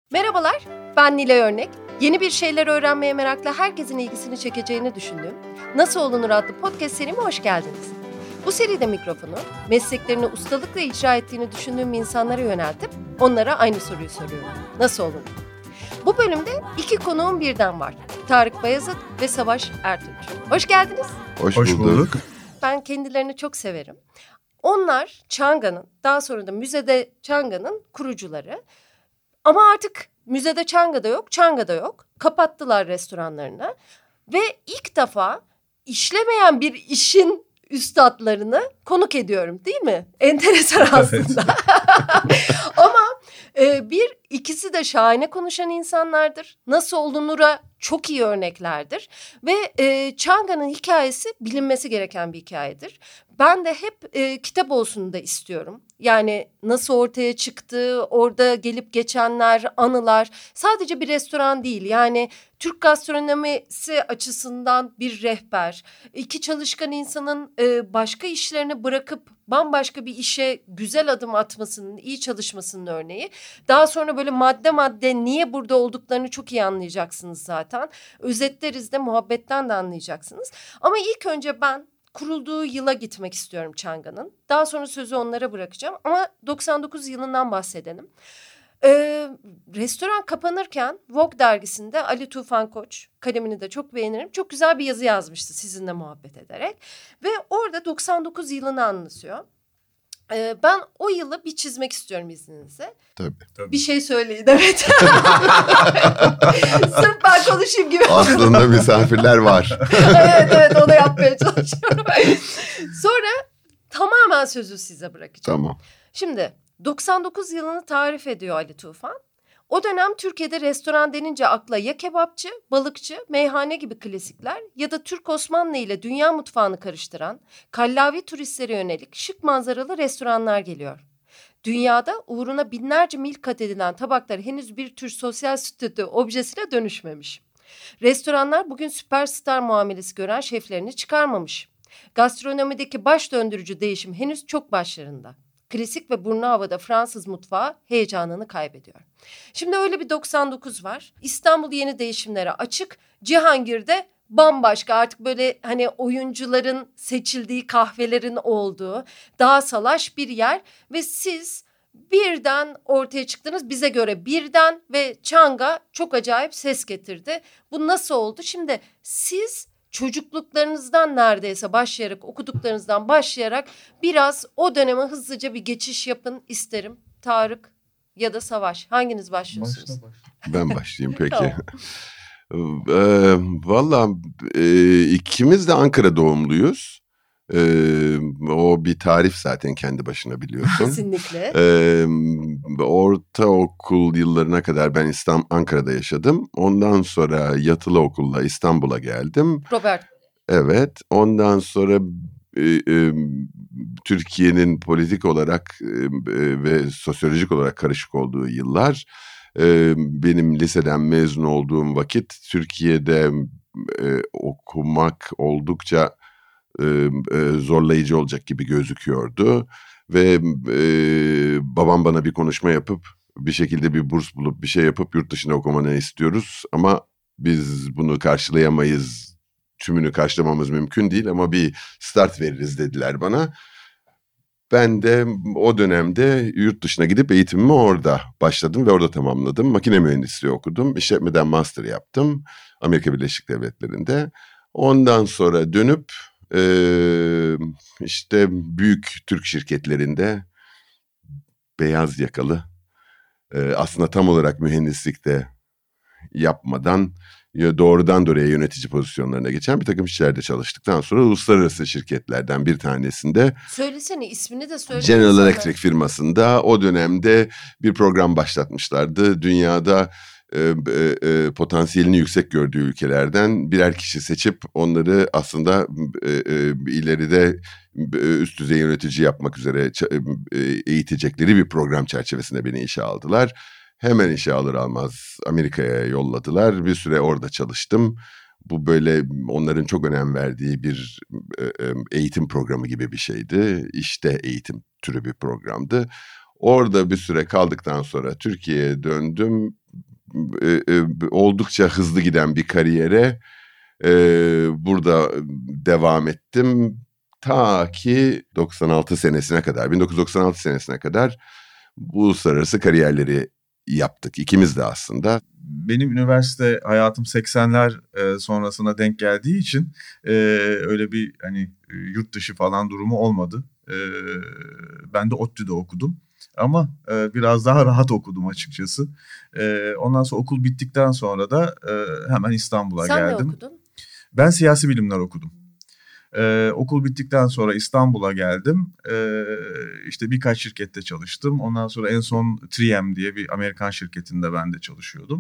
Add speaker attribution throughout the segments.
Speaker 1: Merhabalar, ben Nilay Örnek. Yeni bir şeyler öğrenmeye merakla herkesin ilgisini çekeceğini düşündüğüm Nasıl Olunur adlı podcast serime hoş geldiniz. Bu seride mikrofonu mesleklerini ustalıkla icra ettiğini düşündüğüm insanlara yöneltip onlara aynı soruyu soruyorum. Nasıl olunur? Bu bölümde iki konuğum birden var. Tarık Bayazıt ve Savaş Ertunç. Hoş geldiniz.
Speaker 2: Hoş bulduk.
Speaker 1: Ben kendilerini çok severim. Onlar Çanga'nın, daha sonra da Müzede Çanga'nın kurucuları. Ama artık Müzede Çanga'da yok, Çanga'da yok. Kapattılar restoranlarını. Ve ilk defa işlemeyen bir işin üstadlarını konuk ediyorum, değil mi? Enteresan aslında. Ama ikisi de şahane konuşan insanlardır. Nasıl olunur'a çok iyi örneklerdir. Ve Çanga'nın hikayesi bilinmesi gereken bir hikayedir. Ben de hep kitap olsun da istiyorum. Yani nasıl ortaya çıktı, orada gelip geçenler, anılar. Sadece bir restoran değil, yani Türk gastronomisi açısından bir rehber. İki çalışkan insanın başka işlerini bırakıp bambaşka bir işe güzel adım atmasının, iyi çalışmasının örneği. Daha sonra böyle madde madde niye burada olduklarını çok iyi anlayacaksınız zaten. Özetleriz de, muhabbetten de anlayacaksınız. Ama ilk önce ben kurulduğu yıla gitmek istiyorum Çanga'nın. Daha sonra sözü onlara bırakacağım ama 99 yılından bahsedelim. Restoran kapanırken Vogue dergisinde Ali Tufan Koç, kalemini de çok beğenirim, çok güzel bir yazı yazmıştı sizinle muhabbet ederek. Ve orada 99 yılını anlatıyor. Ben o yılı bir çizmek istiyorum izninizle.
Speaker 2: Tabii.
Speaker 1: Bir şey söyleyin, evet. Sırf ben konuşayım gibi.
Speaker 2: Aslında misafirler var.
Speaker 1: evet, onu yapmaya çalışıyorum. Sonra tamamen sözü size bırakacağım.
Speaker 2: Tamam.
Speaker 1: Şimdi 99 yılını tarif ediyor Ali Tufan. O dönem Türkiye'de restoran denince akla ya kebapçı, balıkçı, meyhane gibi klasikler ya da Türk Osmanlı ile dünya mutfağını karıştıran kallavi turistlere yönelik şık manzaralı restoranlar geliyor. Dünyada uğruna binlerce mil kat edilen tabaklar henüz bir tür sosyal statü objesine dönüşmemiş. Restoranlar bugün süperstar muamelesi gören şeflerini çıkarmamış. Gastronomideki baş döndürücü değişim henüz çok başlarında. Klasik ve burnu havada Fransız mutfağı heyecanını kaybediyor. Şimdi öyle bir 99 var. İstanbul yeni değişimlere açık. Cihangir'de bambaşka, artık böyle hani oyuncuların seçildiği kahvelerin olduğu daha salaş bir yer. Ve siz birden ortaya çıktınız, bize göre birden, ve Çanga çok acayip ses getirdi. Bu nasıl oldu? Şimdi siz çocukluklarınızdan neredeyse başlayarak, okuduklarınızdan başlayarak biraz o döneme hızlıca bir geçiş yapın isterim. Tarık ya da Savaş, hanginiz başlıyorsunuz?
Speaker 2: Ben başlayayım peki.
Speaker 1: Tamam.
Speaker 2: Valla ikimiz de Ankara doğumluyuz. O bir tarif zaten kendi başına, biliyorsun.
Speaker 1: Kesinlikle.
Speaker 2: Ortaokul yıllarına kadar ben Ankara'da yaşadım. Ondan sonra yatılı okulla İstanbul'a geldim.
Speaker 1: Robert.
Speaker 2: Evet. Ondan sonra Türkiye'nin politik olarak ve sosyolojik olarak karışık olduğu yıllar. Benim liseden mezun olduğum vakit Türkiye'de okumak oldukça zorlayıcı olacak gibi gözüküyordu. Ve babam bana bir konuşma yapıp bir şekilde bir burs bulup bir şey yapıp yurt dışına okumanı istiyoruz. Ama biz bunu karşılayamayız. Tümünü karşılamamız mümkün değil ama bir start veririz dediler bana. Ben de o dönemde yurt dışına gidip eğitimimi orada başladım ve orada tamamladım. Makine mühendisliği okudum. İşletmeden master yaptım Amerika Birleşik Devletleri'nde. Ondan sonra dönüp işte büyük Türk şirketlerinde beyaz yakalı, aslında tam olarak mühendislikte yapmadan doğrudan doğruya yönetici pozisyonlarına geçen bir takım işlerde çalıştıktan sonra uluslararası şirketlerden bir tanesinde,
Speaker 1: Söylesene, ismini de söyle.
Speaker 2: General Electric firmasında o dönemde bir program başlatmışlardı. Dünyada potansiyelini yüksek gördüğü ülkelerden birer kişi seçip onları aslında ileride üst düzey yönetici yapmak üzere eğitecekleri bir program çerçevesinde beni işe aldılar. Hemen işe alır almaz Amerika'ya yolladılar. Bir süre orada çalıştım. Bu böyle onların çok önem verdiği bir eğitim programı gibi bir şeydi. İşte eğitim türü bir programdı. Orada bir süre kaldıktan sonra Türkiye'ye döndüm. oldukça hızlı giden bir kariyere burada devam ettim. Ta ki 96 senesine kadar, 1996 senesine kadar uluslararası kariyerleri yaptık. İkimiz de aslında.
Speaker 3: Benim üniversite hayatım 80'ler sonrasına denk geldiği için öyle bir hani yurt dışı falan durumu olmadı. Ben de ODTÜ'de okudum. Ama biraz daha rahat okudum açıkçası. Ondan sonra okul bittikten sonra da hemen İstanbul'a geldim.
Speaker 1: Sen ne okudun?
Speaker 3: Ben siyasi bilimler okudum. Okul bittikten sonra İstanbul'a geldim. İşte birkaç şirkette çalıştım. Ondan sonra en son 3M diye bir Amerikan şirketinde ben de çalışıyordum.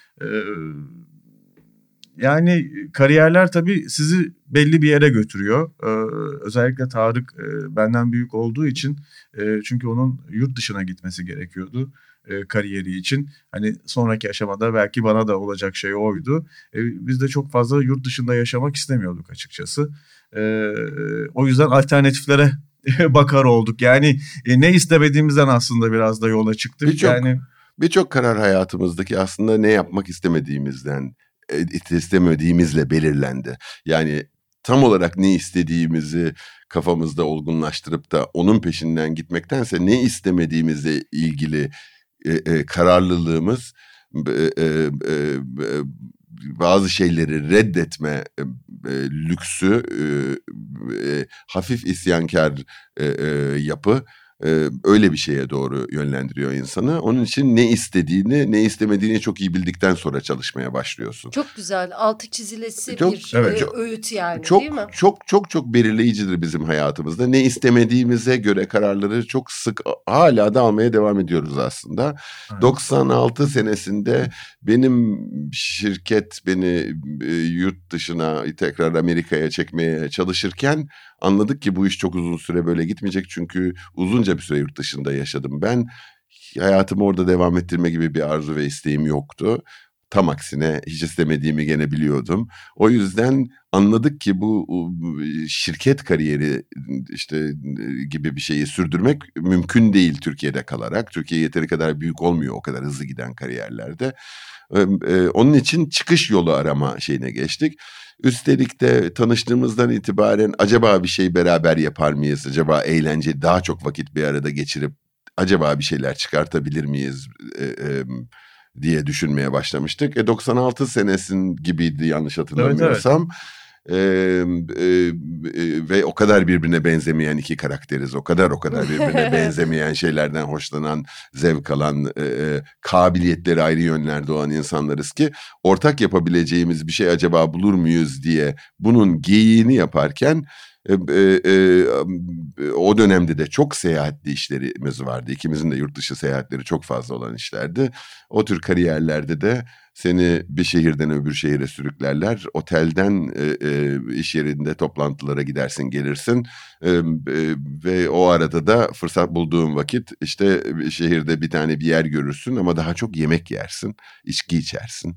Speaker 3: Yani kariyerler tabii sizi belli bir yere götürüyor. Özellikle Tarık benden büyük olduğu için çünkü onun yurt dışına gitmesi gerekiyordu kariyeri için. Hani sonraki aşamada belki bana da olacak şey oydu. Biz de çok fazla yurt dışında yaşamak istemiyorduk açıkçası. O yüzden alternatiflere bakar olduk. Yani ne istemediğimizden aslında biraz da yola çıktık.
Speaker 2: Birçok karar hayatımızdaki aslında ne yapmak istemediğimizle belirlendi. Yani tam olarak ne istediğimizi kafamızda olgunlaştırıp da onun peşinden gitmektense ne istemediğimizle ilgili kararlılığımız bazı şeyleri reddetme lüksü, hafif isyankar yapı öyle bir şeye doğru yönlendiriyor insanı. Onun için ne istediğini, ne istemediğini çok iyi bildikten sonra çalışmaya başlıyorsun.
Speaker 1: Çok güzel. Altı çizilesi öğüt yani, değil mi?
Speaker 2: Çok belirleyicidir bizim hayatımızda. Ne istemediğimize göre kararları çok sık hala da almaya devam ediyoruz aslında. Evet. 96 senesinde benim şirket beni yurt dışına tekrar Amerika'ya çekmeye çalışırken anladık ki bu iş çok uzun süre böyle gitmeyecek. Çünkü uzunca bir süre yurt dışında yaşadım ben. Hayatımı orada devam ettirme gibi bir arzu ve isteğim yoktu. Tam aksine hiç istemediğimi gene biliyordum. O yüzden anladık ki bu şirket kariyeri işte gibi bir şeyi sürdürmek mümkün değil Türkiye'de kalarak. Türkiye yeteri kadar büyük olmuyor o kadar hızlı giden kariyerlerde. Onun için çıkış yolu arama şeyine geçtik. Üstelik de tanıştığımızdan itibaren acaba bir şey beraber yapar mıyız? Acaba eğlenceli, daha çok vakit bir arada geçirip acaba bir şeyler çıkartabilir miyiz diye düşünmeye başlamıştık. 96 senesin gibiydi yanlış hatırlamıyorsam. Evet. Ve o kadar birbirine benzemeyen iki karakteriz. O kadar birbirine benzemeyen şeylerden hoşlanan, zevk alan, kabiliyetleri ayrı yönlerde olan insanlarız ki ortak yapabileceğimiz bir şey acaba bulur muyuz diye bunun geyiğini yaparken o dönemde de çok seyahatli işlerimiz vardı. İkimizin de yurt dışı seyahatleri çok fazla olan işlerdi. O tür kariyerlerde de seni bir şehirden öbür şehire sürüklerler. Otelden iş yerinde toplantılara gidersin, gelirsin. Ve o arada da fırsat bulduğun vakit işte şehirde bir tane bir yer görürsün ama daha çok yemek yersin, içki içersin.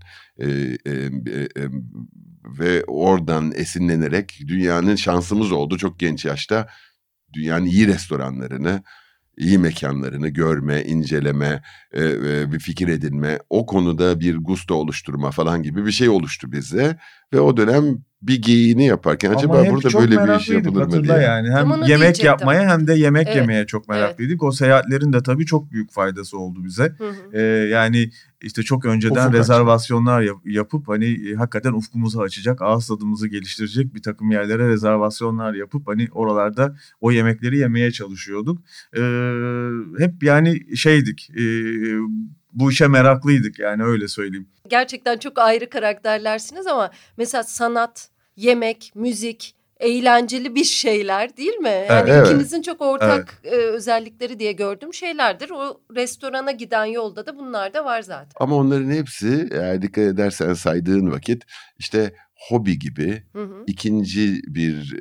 Speaker 2: Ve oradan esinlenerek dünyanın şansımız oldu çok genç yaşta dünyanın iyi restoranlarını, iyi mekanlarını görme, inceleme, bir fikir edinme, o konuda bir gusto oluşturma falan gibi bir şey oluştu bize. Ve o dönem bir geyiğini yaparken acaba burada böyle bir iş yapılır mı diye.
Speaker 3: Yani. Hem yemek yapmaya hem de yemek yemeye çok meraklıydık. Evet. O seyahatlerin de tabii çok büyük faydası oldu bize. Yani işte çok önceden rezervasyonlar yapıp hani hakikaten ufkumuzu açacak, ağız tadımızı geliştirecek bir takım yerlere rezervasyonlar yapıp hani oralarda o yemekleri yemeye çalışıyorduk. Hep yani şeydik, bu işe meraklıydık yani öyle söyleyeyim.
Speaker 1: Gerçekten çok ayrı karakterlersiniz ama mesela sanat, yemek, müzik eğlenceli bir şeyler değil mi? Yani ikinizin çok ortak özellikleri diye gördüğüm şeylerdir. O restorana giden yolda da bunlar da var zaten.
Speaker 2: Ama onların hepsi eğer dikkat edersen saydığın vakit işte hobi gibi, ikinci bir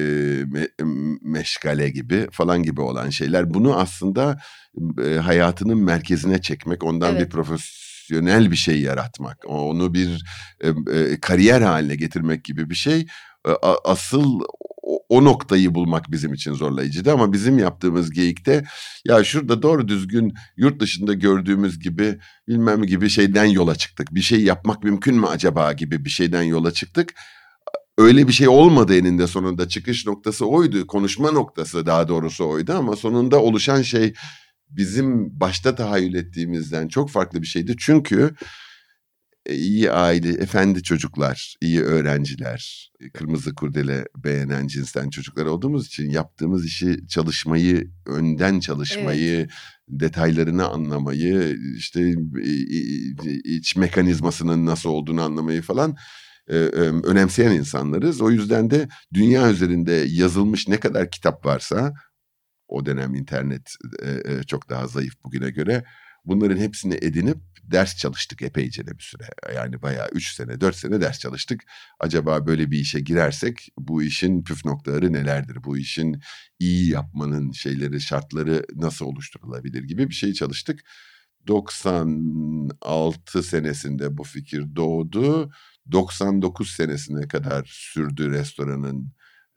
Speaker 2: meşgale gibi falan gibi olan şeyler. Bunu aslında hayatının merkezine çekmek, ondan bir profesyonel bir şey yaratmak, onu bir kariyer haline getirmek gibi bir şey. Asıl o noktayı bulmak bizim için zorlayıcıydı ama bizim yaptığımız geyikte ya şurada doğru düzgün yurt dışında gördüğümüz gibi bilmem gibi şeyden yola çıktık. Bir şey yapmak mümkün mü acaba gibi bir şeyden yola çıktık. Öyle bir şey olmadı eninde sonunda, çıkış noktası oydu, konuşma noktası daha doğrusu oydu ama sonunda oluşan şey bizim başta tahayyül ettiğimizden çok farklı bir şeydi. Çünkü iyi aile, efendi çocuklar, iyi öğrenciler, kırmızı kurdele beğenen cinsten çocuklar olduğumuz için yaptığımız işi, çalışmayı, önden çalışmayı, detaylarını anlamayı, işte iç mekanizmasının nasıl olduğunu anlamayı falan önemseyen insanlarız. O yüzden de dünya üzerinde yazılmış ne kadar kitap varsa, o dönem internet çok daha zayıf bugüne göre, bunların hepsini edinip ders çalıştık epeyce de bir süre. Yani bayağı 3 sene 4 sene ders çalıştık. Acaba böyle bir işe girersek bu işin püf noktaları nelerdir? Bu işin iyi yapmanın şeyleri, şartları nasıl oluşturulabilir gibi bir şey çalıştık. 96 senesinde bu fikir doğdu. 99 senesine kadar sürdü restoranın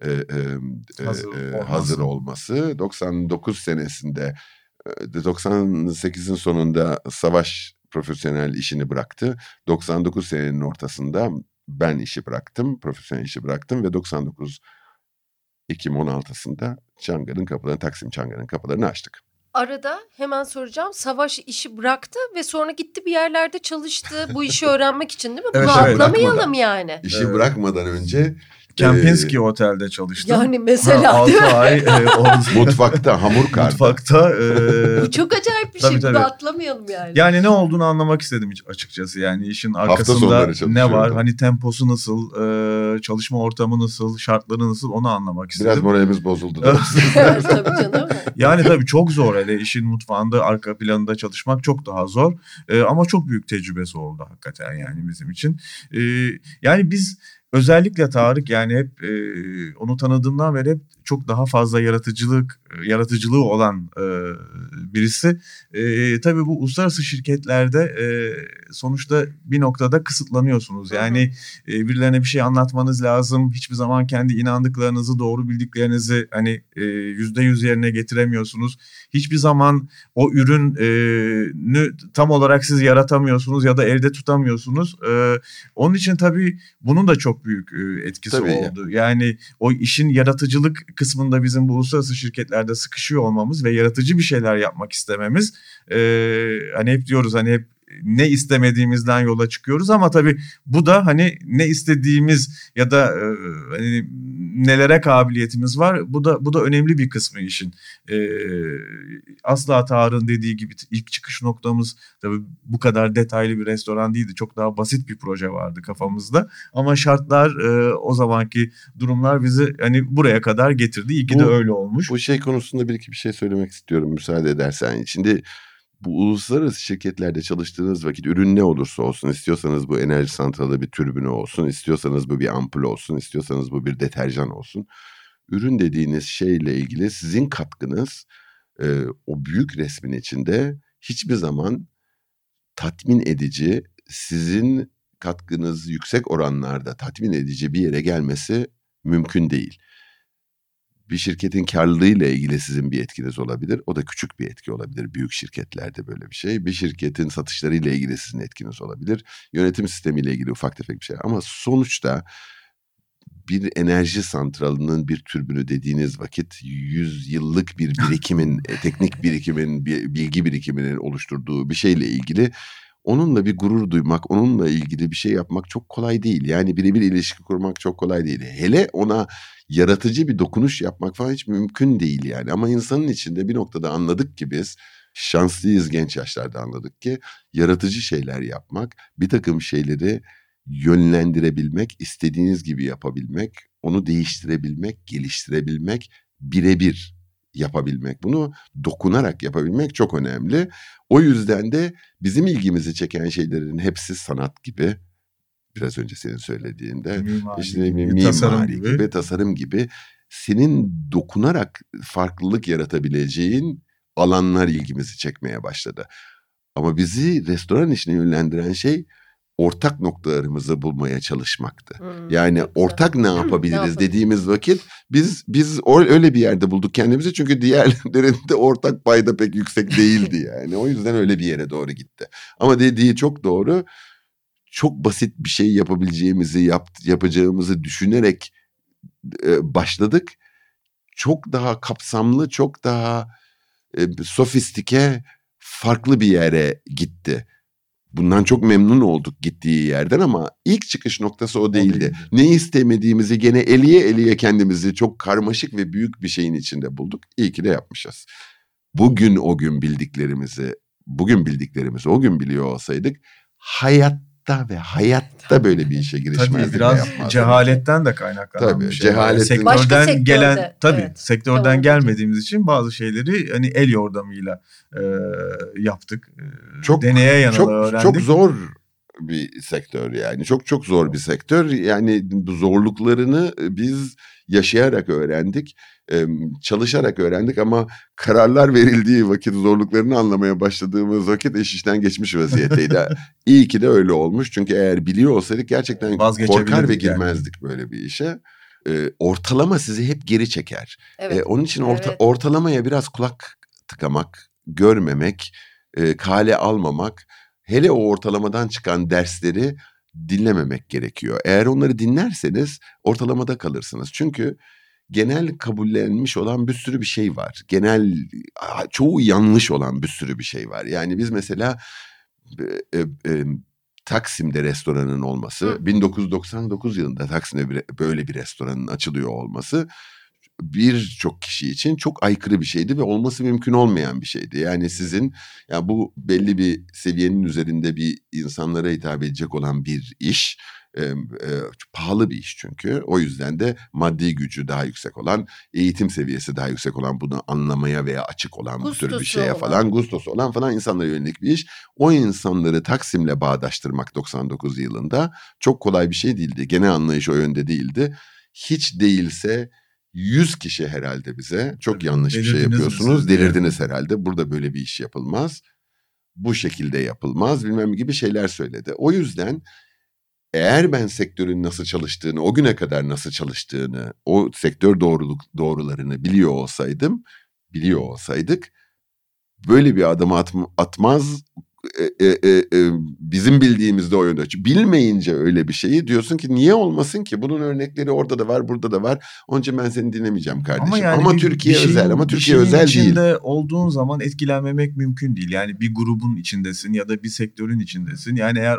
Speaker 2: hazır olması. 99 senesinde 98'in sonunda Savaş profesyonel işini bıraktı. 99 senenin ortasında ben işi bıraktım, profesyonel işi bıraktım ve 99 Ekim 16'sında Çangar'ın kapılarını, Taksim Çangar'ın kapılarını açtık.
Speaker 1: Arada hemen soracağım, Savaş işi bıraktı ve sonra gitti bir yerlerde çalıştı bu işi öğrenmek için, değil mi? Bunu atlamayalım yani.
Speaker 2: İşi bırakmadan önce
Speaker 3: Kempinski Otel'de çalıştım.
Speaker 1: Yani mesela
Speaker 3: 6 ay
Speaker 2: mutfakta hamur kardı.
Speaker 3: Mutfakta.
Speaker 1: Bu çok acayip bir şey. Bunu atlamayalım yani.
Speaker 3: Yani ne olduğunu anlamak istedim açıkçası. Yani işin arkasında ne var? Hani temposu nasıl, çalışma ortamı nasıl, şartları nasıl, onu anlamak istedim.
Speaker 2: Biraz moralimiz bozuldu.
Speaker 1: Tabii canım.
Speaker 3: Yani tabii çok zor. Hele işin mutfağında, arka planında çalışmak çok daha zor. Ama çok büyük tecrübesi oldu hakikaten yani bizim için. Yani biz özellikle Tarık, yani hep onu tanıdığımdan beri hep çok daha fazla yaratıcılığı olan birisi. Tabii bu uluslararası şirketlerde sonuçta bir noktada kısıtlanıyorsunuz. Yani birilerine bir şey anlatmanız lazım. Hiçbir zaman kendi inandıklarınızı, doğru bildiklerinizi hani %100 yerine getiremiyorsunuz. Hiçbir zaman o ürünü tam olarak siz yaratamıyorsunuz ya da elde tutamıyorsunuz. Onun için tabii bunun da çok büyük etkisi oldu. Yani o işin yaratıcılık kısmında bizim bu uluslararası şirketlerde sıkışıyor olmamız ve yaratıcı bir şeyler yapmak istememiz, hani hep diyoruz, hani hep ne istemediğimizden yola çıkıyoruz ama tabii bu da hani ne istediğimiz ya da hani nelere kabiliyetimiz var, bu da önemli bir kısmı işin. Asla Tarık'ın dediği gibi ilk çıkış noktamız tabii bu kadar detaylı bir restoran değildi. Çok daha basit bir proje vardı kafamızda ama şartlar, o zamanki durumlar bizi hani buraya kadar getirdi. İyi ki de öyle olmuş.
Speaker 2: Bu şey konusunda bir şey söylemek istiyorum müsaade edersen. Şimdi bu uluslararası şirketlerde çalıştığınız vakit ürün ne olursa olsun, istiyorsanız bu enerji santralı bir türbünü olsun, istiyorsanız bu bir ampul olsun, istiyorsanız bu bir deterjan olsun. Ürün dediğiniz şeyle ilgili sizin katkınız o büyük resmin içinde hiçbir zaman tatmin edici, sizin katkınız yüksek oranlarda tatmin edici bir yere gelmesi mümkün değil. Bir şirketin karlılığıyla ilgili sizin bir etkiniz olabilir. O da küçük bir etki olabilir. Büyük şirketlerde böyle bir şey. Bir şirketin satışlarıyla ilgili sizin etkiniz olabilir. Yönetim sistemiyle ilgili ufak tefek bir şey. Ama sonuçta bir enerji santralının bir türbünü dediğiniz vakit 100 yıllık bir birikimin, teknik birikimin, bilgi birikiminin oluşturduğu bir şeyle ilgili, onunla bir gurur duymak, onunla ilgili bir şey yapmak çok kolay değil. Yani birebir ilişki kurmak çok kolay değil. Hele ona yaratıcı bir dokunuş yapmak falan hiç mümkün değil yani. Ama insanın içinde bir noktada anladık ki biz, şanslıyız, genç yaşlarda anladık ki yaratıcı şeyler yapmak, bir takım şeyleri yönlendirebilmek, istediğiniz gibi yapabilmek, onu değiştirebilmek, geliştirebilmek, birebir yapabilmek, bunu dokunarak yapabilmek çok önemli. O yüzden de bizim ilgimizi çeken şeylerin hepsi sanat gibi, biraz önce senin söylediğinde, mimari gibi, tasarım gibi senin dokunarak farklılık yaratabileceğin alanlar ilgimizi çekmeye başladı. Ama bizi restoran işine yönlendiren şey ortak noktalarımızı bulmaya çalışmaktı.
Speaker 1: çok
Speaker 2: Yani
Speaker 1: güzel.
Speaker 2: ortak ne
Speaker 1: Ne
Speaker 2: yapabiliriz
Speaker 1: yapabiliriz?
Speaker 2: dediğimiz vakit biz öyle bir yerde bulduk kendimizi. Çünkü diğerlerinde ortak payda pek yüksek değildi yani. O yüzden öyle bir yere doğru gitti. Ama dediği çok doğru. Çok basit bir şey yapacağımızı düşünerek başladık. Çok daha kapsamlı, çok daha sofistike, farklı bir yere gitti. Bundan çok memnun olduk gittiği yerden ama ilk çıkış noktası o değildi. Ne istemediğimizi gene eliye kendimizi çok karmaşık ve büyük bir şeyin içinde bulduk. İyi ki de yapmışız. Bugün bildiklerimizi o gün biliyor olsaydık hayatta böyle bir işe girişmezdik.
Speaker 3: Tabii biraz cehaletten de kaynaklanan
Speaker 2: Tabii,
Speaker 3: bir şey.
Speaker 2: cehaletin...
Speaker 1: Başka sektörde,
Speaker 3: sektörden
Speaker 1: tamam,
Speaker 3: gelmediğimiz için bazı şeyleri hani el yordamıyla yaptık.
Speaker 2: Çok,
Speaker 3: deneye yanıla öğrendik.
Speaker 2: Çok zor bir sektör yani. Çok zor bir sektör. Yani bu zorluklarını biz yaşayarak öğrendik. Çalışarak öğrendik ama kararlar verildiği vakit zorluklarını anlamaya başladığımız vakit iş işten geçmiş vaziyetteydi. İyi ki de öyle olmuş. Çünkü eğer biliyor olsaydık gerçekten korkar ve girmezdik böyle bir işe. Ortalama sizi hep geri çeker.
Speaker 1: Evet.
Speaker 2: Onun için ortalamaya biraz kulak tıkamak, görmemek, kale almamak, hele o ortalamadan çıkan dersleri dinlememek gerekiyor. Eğer onları dinlerseniz ortalamada kalırsınız. Çünkü genel kabullenmiş olan bir sürü bir şey var. Çoğu yanlış olan bir sürü bir şey var. Yani biz mesela Taksim'de restoranın olması, 1999 yılında Taksim'de böyle bir restoranın açılıyor olması birçok kişi için çok aykırı bir şeydi ve olması mümkün olmayan bir şeydi. Yani bu belli bir seviyenin üzerinde bir insanlara hitap edecek olan bir iş. Pahalı bir iş çünkü. O yüzden de maddi gücü daha yüksek olan, eğitim seviyesi daha yüksek olan, bunu anlamaya veya açık olan bu tür bir şeye falan, gustosu olan falan insanlara yönelik bir iş. O insanları Taksim'le bağdaştırmak 99 yılında çok kolay bir şey değildi. Genel anlayış o yönde değildi. Hiç değilse 100 kişi herhalde bize çok yanlış bir şey yapıyorsunuz, delirdiniz herhalde, burada böyle bir iş yapılmaz, bu şekilde yapılmaz bilmem gibi şeyler söyledi. O yüzden eğer ben sektörün nasıl çalıştığını, o güne kadar nasıl çalıştığını, o sektör doğrularını biliyor olsaydık böyle bir adım atmaz. Bizim bildiğimizde o yönde. Bilmeyince öyle bir şeyi diyorsun ki niye olmasın ki? Bunun örnekleri orada da var, burada da var. Onun için ben seni dinlemeyeceğim kardeşim. Ama Türkiye özel. Ama Türkiye özel değil.
Speaker 3: İçinde olduğun zaman etkilenmemek mümkün değil. Yani bir grubun içindesin ya da bir sektörün içindesin. Yani eğer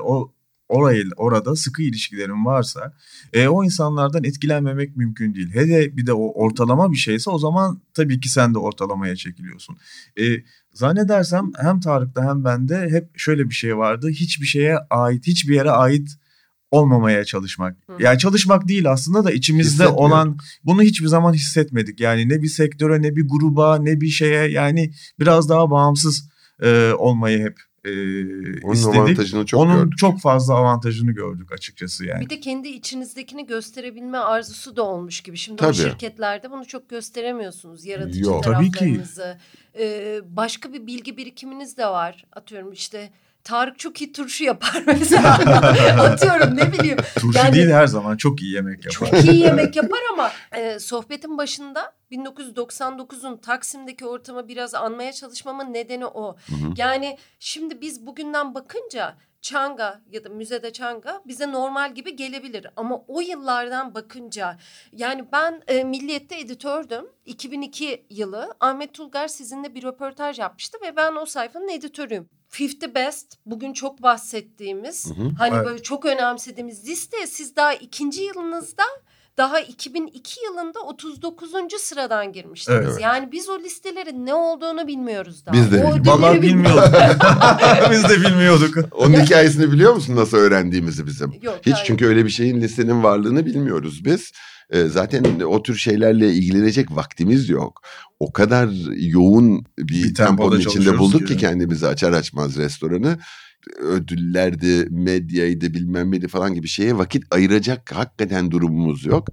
Speaker 3: orada sıkı ilişkilerin varsa o insanlardan etkilenmemek mümkün değil. Hele bir de o ortalama bir şeyse o zaman tabii ki sen de ortalamaya çekiliyorsun. Zannedersem hem Tarık'ta hem bende hep şöyle bir şey vardı. Hiçbir yere ait olmamaya çalışmak. Yani çalışmak değil aslında da içimizde olan, bunu hiçbir zaman hissetmedik. Yani ne bir sektöre, ne bir gruba, ne bir şeye, yani biraz daha bağımsız olmayı hep istedik.
Speaker 2: Avantajını çok gördük.
Speaker 3: Çok fazla avantajını gördük açıkçası yani.
Speaker 1: Bir de kendi içinizdekini gösterebilme arzusu da olmuş gibi. Şimdi
Speaker 2: Tabii.
Speaker 1: o şirketlerde bunu çok gösteremiyorsunuz. Yaratıcı
Speaker 2: Yok.
Speaker 1: taraflarınızı. Başka bir bilgi birikiminiz de var. Atıyorum işte Tarık çok iyi turşu yapar mesela. Atıyorum, ne bileyim.
Speaker 3: Turşu değil, her zaman çok iyi yemek yapar.
Speaker 1: Çok iyi yemek yapar ama sohbetin başında 1999'un Taksim'deki ortamı biraz anmaya çalışmamın nedeni o. Yani şimdi biz bugünden bakınca Çanga ya da müzede Çanga bize normal gibi gelebilir. Ama o yıllardan bakınca, yani ben Milliyet'te editördüm. 2002 yılı Ahmet Tulgar sizinle bir röportaj yapmıştı ve ben o sayfanın editörüyüm. 50 Best, bugün çok bahsettiğimiz, böyle çok önemsediğimiz listeye siz daha 2. yılınızda, daha 2002 yılında 39. sıradan girmiştiniz.
Speaker 2: Evet.
Speaker 1: Yani biz o listelerin ne olduğunu bilmiyoruz daha.
Speaker 2: Biz de
Speaker 3: vallahi bilmiyorduk. Biz de bilmiyorduk.
Speaker 2: Onun hikayesini biliyor musun, nasıl öğrendiğimizi bizim?
Speaker 1: Yok,
Speaker 2: hiç,
Speaker 1: hayır.
Speaker 2: Çünkü öyle bir şeyin, listenin varlığını bilmiyoruz biz. Zaten o tür şeylerle ilgilenecek vaktimiz yok. O kadar yoğun bir temponun içinde bulduk ki kendimizi açar açmaz restoranı. Ödüllerdi, medyaydı, bilmem neydi falan gibi şeye vakit ayıracak hakikaten durumumuz yok.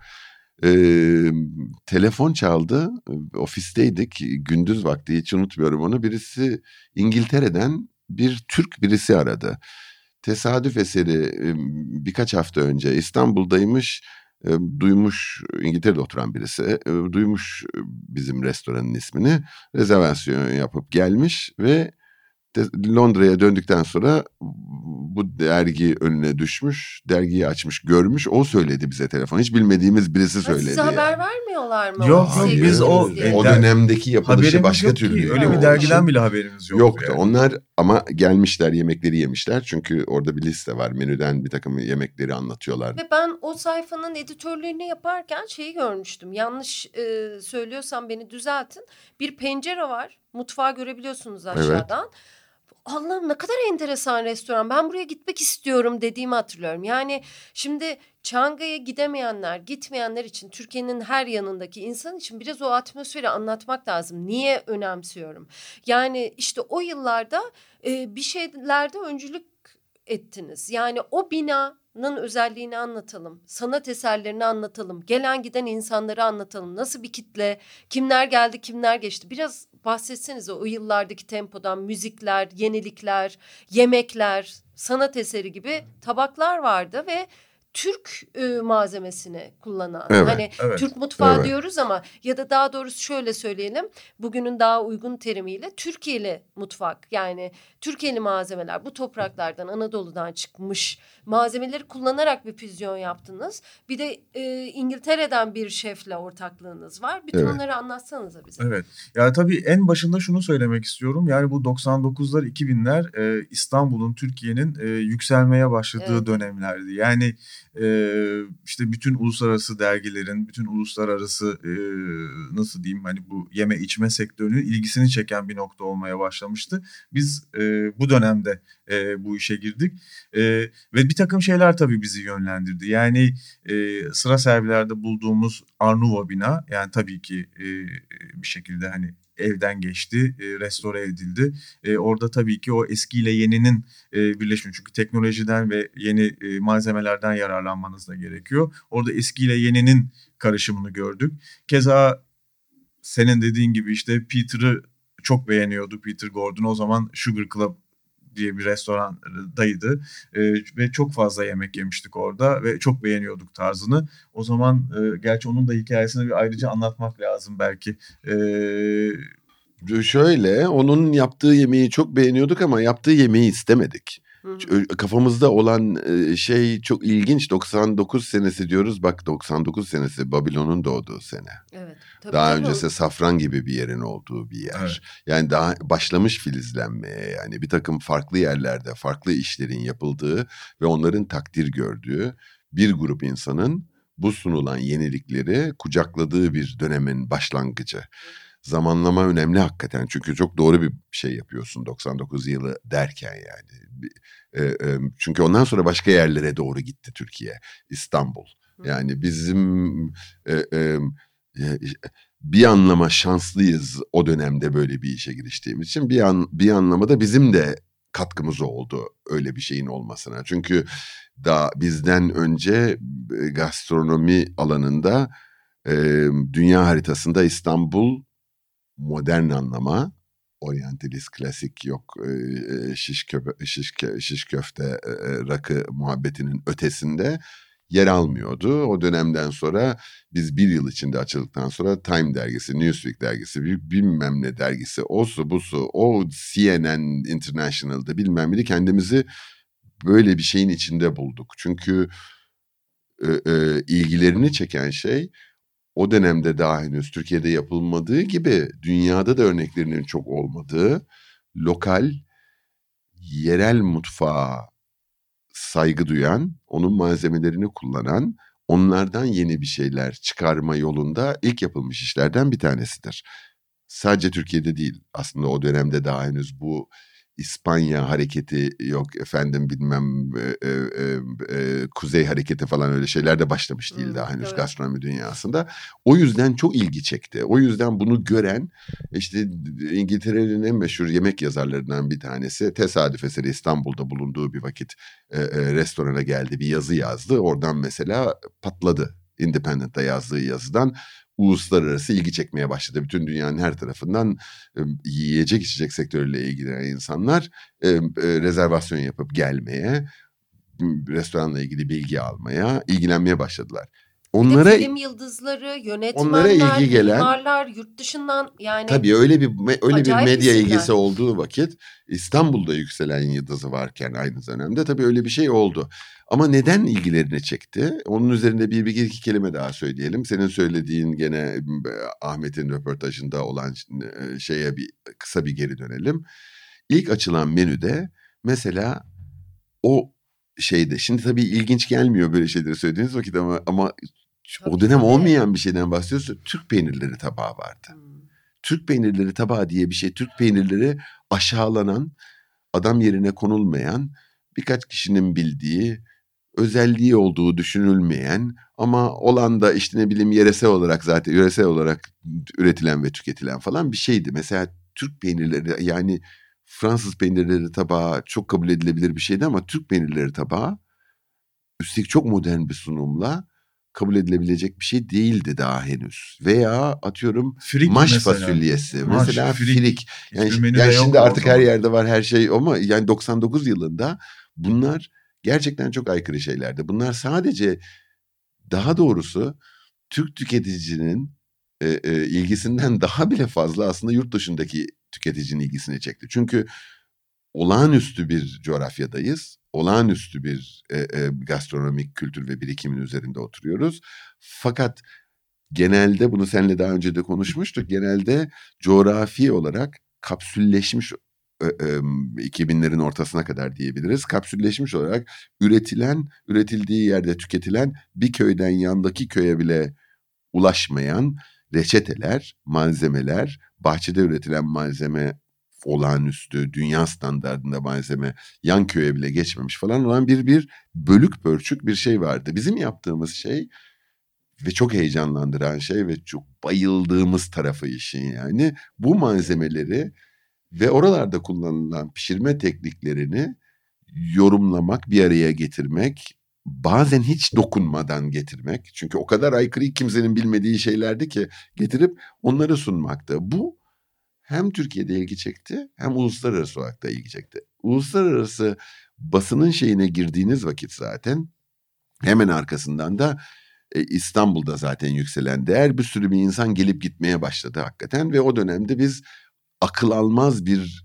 Speaker 2: Telefon çaldı, ofisteydik, gündüz vakti, hiç unutmuyorum onu. Birisi, İngiltere'den bir Türk birisi aradı. tesadüf eseri birkaç hafta önce İstanbul'daymış. Duymuş, İngiltere'de oturan birisi duymuş bizim restoranın ismini, rezervasyon yapıp gelmiş ve Londra'ya döndükten sonra bu dergi önüne düşmüş, dergiyi açmış, görmüş, o söyledi bize telefon. Hiç bilmediğimiz birisi söyledi.
Speaker 1: Size haber vermiyorlar mı?
Speaker 3: Yok,
Speaker 1: Sevgili
Speaker 3: biz o
Speaker 1: diye.
Speaker 2: o dönemdeki yapılışı
Speaker 3: haberimiz
Speaker 2: başka
Speaker 3: yok ki.
Speaker 2: türlü.
Speaker 3: Öyle bir
Speaker 2: olduğu
Speaker 3: dergiden
Speaker 2: için
Speaker 3: bile haberimiz yoktu.
Speaker 2: yoktu. Onlar ama gelmişler, yemekleri yemişler. Çünkü orada bir liste var. Menüden bir takım yemekleri anlatıyorlar.
Speaker 1: Ve ben o sayfanın editörlüğünü yaparken şeyi görmüştüm. Yanlış söylüyorsam beni düzeltin. Bir pencere var. Mutfağı görebiliyorsunuz aşağıdan. Allah'ım ne kadar enteresan restoran. Ben buraya gitmek istiyorum dediğimi hatırlıyorum. Yani şimdi Çankaya gidemeyenler, gitmeyenler için, Türkiye'nin her yanındaki insan için biraz o atmosferi anlatmak lazım. Niye önemsiyorum? Yani işte o yıllarda bir şeylerde öncülük ettiniz. Yani o binanın özelliğini anlatalım. Sanat eserlerini anlatalım. Gelen giden insanları anlatalım. Nasıl bir kitle, kimler geldi, kimler geçti. Biraz bahsetsenize o yıllardaki tempodan, müzikler, yenilikler, yemekler, sanat eseri gibi tabaklar vardı ve Türk malzemesini kullanan.
Speaker 2: Evet,
Speaker 1: hani
Speaker 3: evet.
Speaker 1: Türk mutfağı
Speaker 2: Evet.
Speaker 1: diyoruz ama ya da daha doğrusu şöyle söyleyelim. Bugünün daha uygun terimiyle Türkiye'li mutfak, yani Türkiye'li malzemeler, bu topraklardan, Anadolu'dan çıkmış malzemeleri kullanarak bir füzyon yaptınız. Bir de İngiltere'den bir şefle ortaklığınız var. Bütün
Speaker 2: Evet.
Speaker 1: onları anlatsanıza bize.
Speaker 3: Evet. Ya tabii en başında şunu söylemek istiyorum. Yani bu 99'lar 2000'ler İstanbul'un, Türkiye'nin yükselmeye başladığı
Speaker 1: Evet.
Speaker 3: dönemlerdi. Yani işte bütün uluslararası dergilerin, bütün uluslararası nasıl diyeyim, hani bu yeme içme sektörünün ilgisini çeken bir nokta olmaya başlamıştı. Biz bu dönemde bu işe girdik ve bir takım şeyler tabii bizi yönlendirdi. Yani sıra servilerde bulduğumuz Art Nouveau bina, yani tabii ki bir şekilde hani evden geçti, restore edildi. Orada tabii ki o eskiyle yeninin birleşimi, çünkü teknolojiden ve yeni malzemelerden yararlanmanız da gerekiyor. Orada eskiyle yeninin karışımını gördük. Keza senin dediğin gibi işte Peter'ı çok beğeniyorduk. Peter Gordon o zaman Sugar Club diye bir restorandaydı ve çok fazla yemek yemiştik orada ve çok beğeniyorduk tarzını. O zaman gerçi onun da hikayesini bir ayrıca anlatmak lazım belki.
Speaker 2: Şöyle, onun yaptığı yemeği çok beğeniyorduk ama yaptığı yemeği istemedik. Kafamızda olan şey çok ilginç. 99 senesi diyoruz. Bak, 99 senesi Babilon'un doğduğu sene.
Speaker 1: Evet. Tabii,
Speaker 2: Daha
Speaker 1: tabii.
Speaker 2: öncesi Safran gibi bir yerin olduğu bir yer.
Speaker 3: Evet.
Speaker 2: Yani daha başlamış filizlenmeye, yani bir takım farklı yerlerde farklı işlerin yapıldığı ve onların takdir gördüğü bir grup insanın bu sunulan yenilikleri kucakladığı bir dönemin başlangıcı. Zamanlama önemli hakikaten, çünkü çok doğru bir şey yapıyorsun 99 yılı derken yani. Çünkü ondan sonra başka yerlere doğru gitti Türkiye, İstanbul. Yani bizim bir anlama şanslıyız o dönemde böyle bir işe giriştiğimiz için. Bir anlamda bizim de katkımız oldu öyle bir şeyin olmasına. Çünkü daha bizden önce gastronomi alanında dünya haritasında İstanbul modern anlama, oryantalist, klasik, yok şiş köfte, rakı muhabbetinin ötesinde yer almıyordu. O dönemden sonra biz bir yıl içinde açıldıktan sonra Time dergisi, Newsweek dergisi, bilmem ne dergisi, osu busu, o CNN International'da bilmem ne, kendimizi böyle bir şeyin içinde bulduk. Çünkü ilgilerini çeken şey, o dönemde daha henüz Türkiye'de yapılmadığı gibi dünyada da örneklerinin çok olmadığı, lokal, yerel mutfağa saygı duyan, onun malzemelerini kullanan, onlardan yeni bir şeyler çıkarma yolunda ilk yapılmış işlerden bir tanesidir. Sadece Türkiye'de değil, aslında o dönemde daha henüz bu İspanya hareketi, yok efendim bilmem Kuzey hareketi falan, öyle şeyler de başlamış değil daha henüz,
Speaker 1: evet.
Speaker 2: gastronomi dünyasında. O yüzden çok ilgi çekti. O yüzden bunu gören, işte İngiltere'nin en meşhur yemek yazarlarından bir tanesi, tesadüf eseri İstanbul'da bulunduğu bir vakit restorana geldi, bir yazı yazdı. Oradan mesela patladı. Independent'ta yazdığı yazıdan uluslararası ilgi çekmeye başladı. Bütün dünyanın her tarafından yiyecek içecek sektörüyle ilgilenen insanlar rezervasyon yapıp gelmeye, restoranla ilgili bilgi almaya, ilgilenmeye başladılar.
Speaker 1: Onlara, film yıldızları, yönetmenler, mimarlar, yurt dışından, yani
Speaker 2: tabii öyle bir medya
Speaker 1: isimler.
Speaker 2: ilgisi olduğu vakit İstanbul'da yükselen yıldızı varken aynı dönemde tabii öyle bir şey oldu. Ama neden ilgilerini çekti? Onun üzerinde bir iki kelime daha söyleyelim. Senin söylediğin gene Ahmet'in röportajında olan şeye kısa bir geri dönelim. İlk açılan menüde mesela o şeyde, şimdi tabii ilginç gelmiyor böyle şeyleri söylediğiniz vakit ama o dönem olmayan bir şeyden bahsediyoruz. Türk peynirleri tabağı vardı. Türk peynirleri tabağı diye bir şey. Türk peynirleri aşağılanan, adam yerine konulmayan, birkaç kişinin bildiği, özelliği olduğu düşünülmeyen ama olan da işte ne bileyim yöresel olarak üretilen ve tüketilen falan bir şeydi. Mesela Türk peynirleri, yani Fransız peynirleri tabağı çok kabul edilebilir bir şeydi ama Türk peynirleri tabağı üstelik çok modern bir sunumla kabul edilebilecek bir şey değildi daha henüz. Veya atıyorum
Speaker 3: Frik
Speaker 2: maş
Speaker 3: mesela.
Speaker 2: Fasulyesi. Mesela frik. Yani
Speaker 3: şimdi
Speaker 2: artık her yerde var her şey ama yani 99 yılında bunlar gerçekten çok aykırı şeylerdi. Bunlar sadece, daha doğrusu Türk tüketicinin ilgisinden daha bile fazla aslında yurt dışındaki tüketicinin ilgisini çekti. Çünkü olağanüstü bir coğrafyadayız. Olağanüstü bir gastronomik kültür ve birikimin üzerinde oturuyoruz. Fakat genelde, bunu seninle daha önce de konuşmuştuk, genelde coğrafi olarak kapsülleşmiş, 2000'lerin ortasına kadar diyebiliriz. Kapsülleşmiş olarak üretildiği yerde tüketilen, bir köyden yandaki köye bile ulaşmayan reçeteler, malzemeler, bahçede üretilen malzeme, olağanüstü, dünya standardında malzeme, yan köye bile geçmemiş falan olan bir bölük pörçük bir şey vardı. Bizim yaptığımız şey ve çok heyecanlandıran şey ve çok bayıldığımız tarafı işin, yani bu malzemeleri ve oralarda kullanılan pişirme tekniklerini yorumlamak, bir araya getirmek, bazen hiç dokunmadan getirmek. Çünkü o kadar aykırı, kimsenin bilmediği şeylerdi ki, getirip onları sunmaktı. Bu hem Türkiye'de ilgi çekti hem uluslararası olarak da ilgi çekti. Uluslararası basının şeyine girdiğiniz vakit zaten hemen arkasından da İstanbul'da zaten yükselen değer, bir sürü bir insan gelip gitmeye başladı hakikaten ve o dönemde biz akıl almaz bir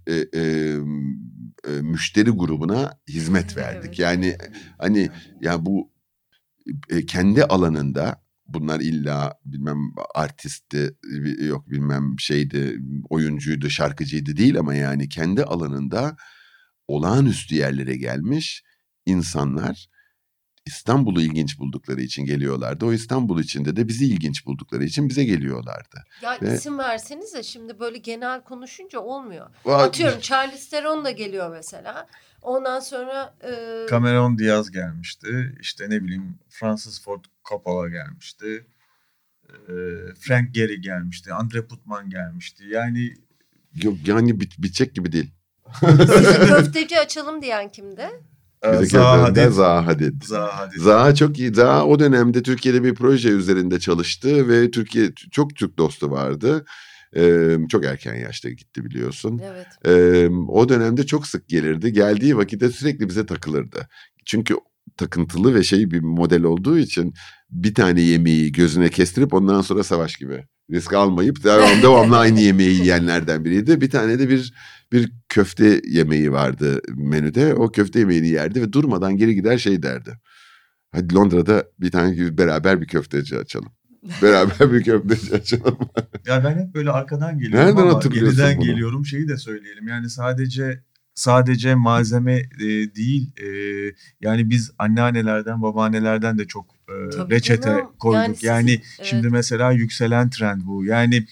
Speaker 2: müşteri grubuna hizmet verdik. Evet. Yani hani ya bu kendi alanında, bunlar illa bilmem artistti, yok bilmem şeydi, oyuncuydu, şarkıcıydı değil ama yani kendi alanında olağanüstü yerlere gelmiş insanlar İstanbul'u ilginç buldukları için geliyorlardı. O İstanbul içinde de bizi ilginç buldukları için bize geliyorlardı.
Speaker 1: Ya isim versenize, şimdi böyle genel konuşunca olmuyor. Atıyorum Charlize Theron da geliyor mesela. Ondan sonra
Speaker 3: Cameron Diaz gelmişti. İşte ne bileyim Francis Ford Coppola gelmişti. Frank Gehry gelmişti. Andre Putman gelmişti. Yani
Speaker 2: yok yani bitecek gibi değil.
Speaker 1: Sizi köfteci açalım diyen kimdi?
Speaker 2: Zaha çok iyi. Zaha o dönemde Türkiye'de bir proje üzerinde çalıştı ve Türkiye çok Türk dostu vardı. Çok erken yaşta gitti biliyorsun.
Speaker 1: Evet.
Speaker 2: O dönemde çok sık gelirdi. Geldiği vakitte sürekli bize takılırdı. Çünkü takıntılı ve bir model olduğu için bir tane yemeği gözüne kestirip ondan sonra savaş gibi risk almayıp devamlı aynı yemeği yiyenlerden biriydi. Bir tane de bir köfte yemeği vardı menüde. O köfte yemeğini yerdi ve durmadan geri gider derdi. Hadi Londra'da bir tane beraber bir köfteci açalım. Beraber bir köfteci açalım.
Speaker 3: Ya ben hep böyle arkadan geliyorum. Nereden ama geriden geliyorum, şeyi de söyleyelim. Yani sadece malzeme değil, yani biz anneannelerden, babaannelerden de çok reçete koyduk. Yani şimdi mesela yükselen trend bu. Yani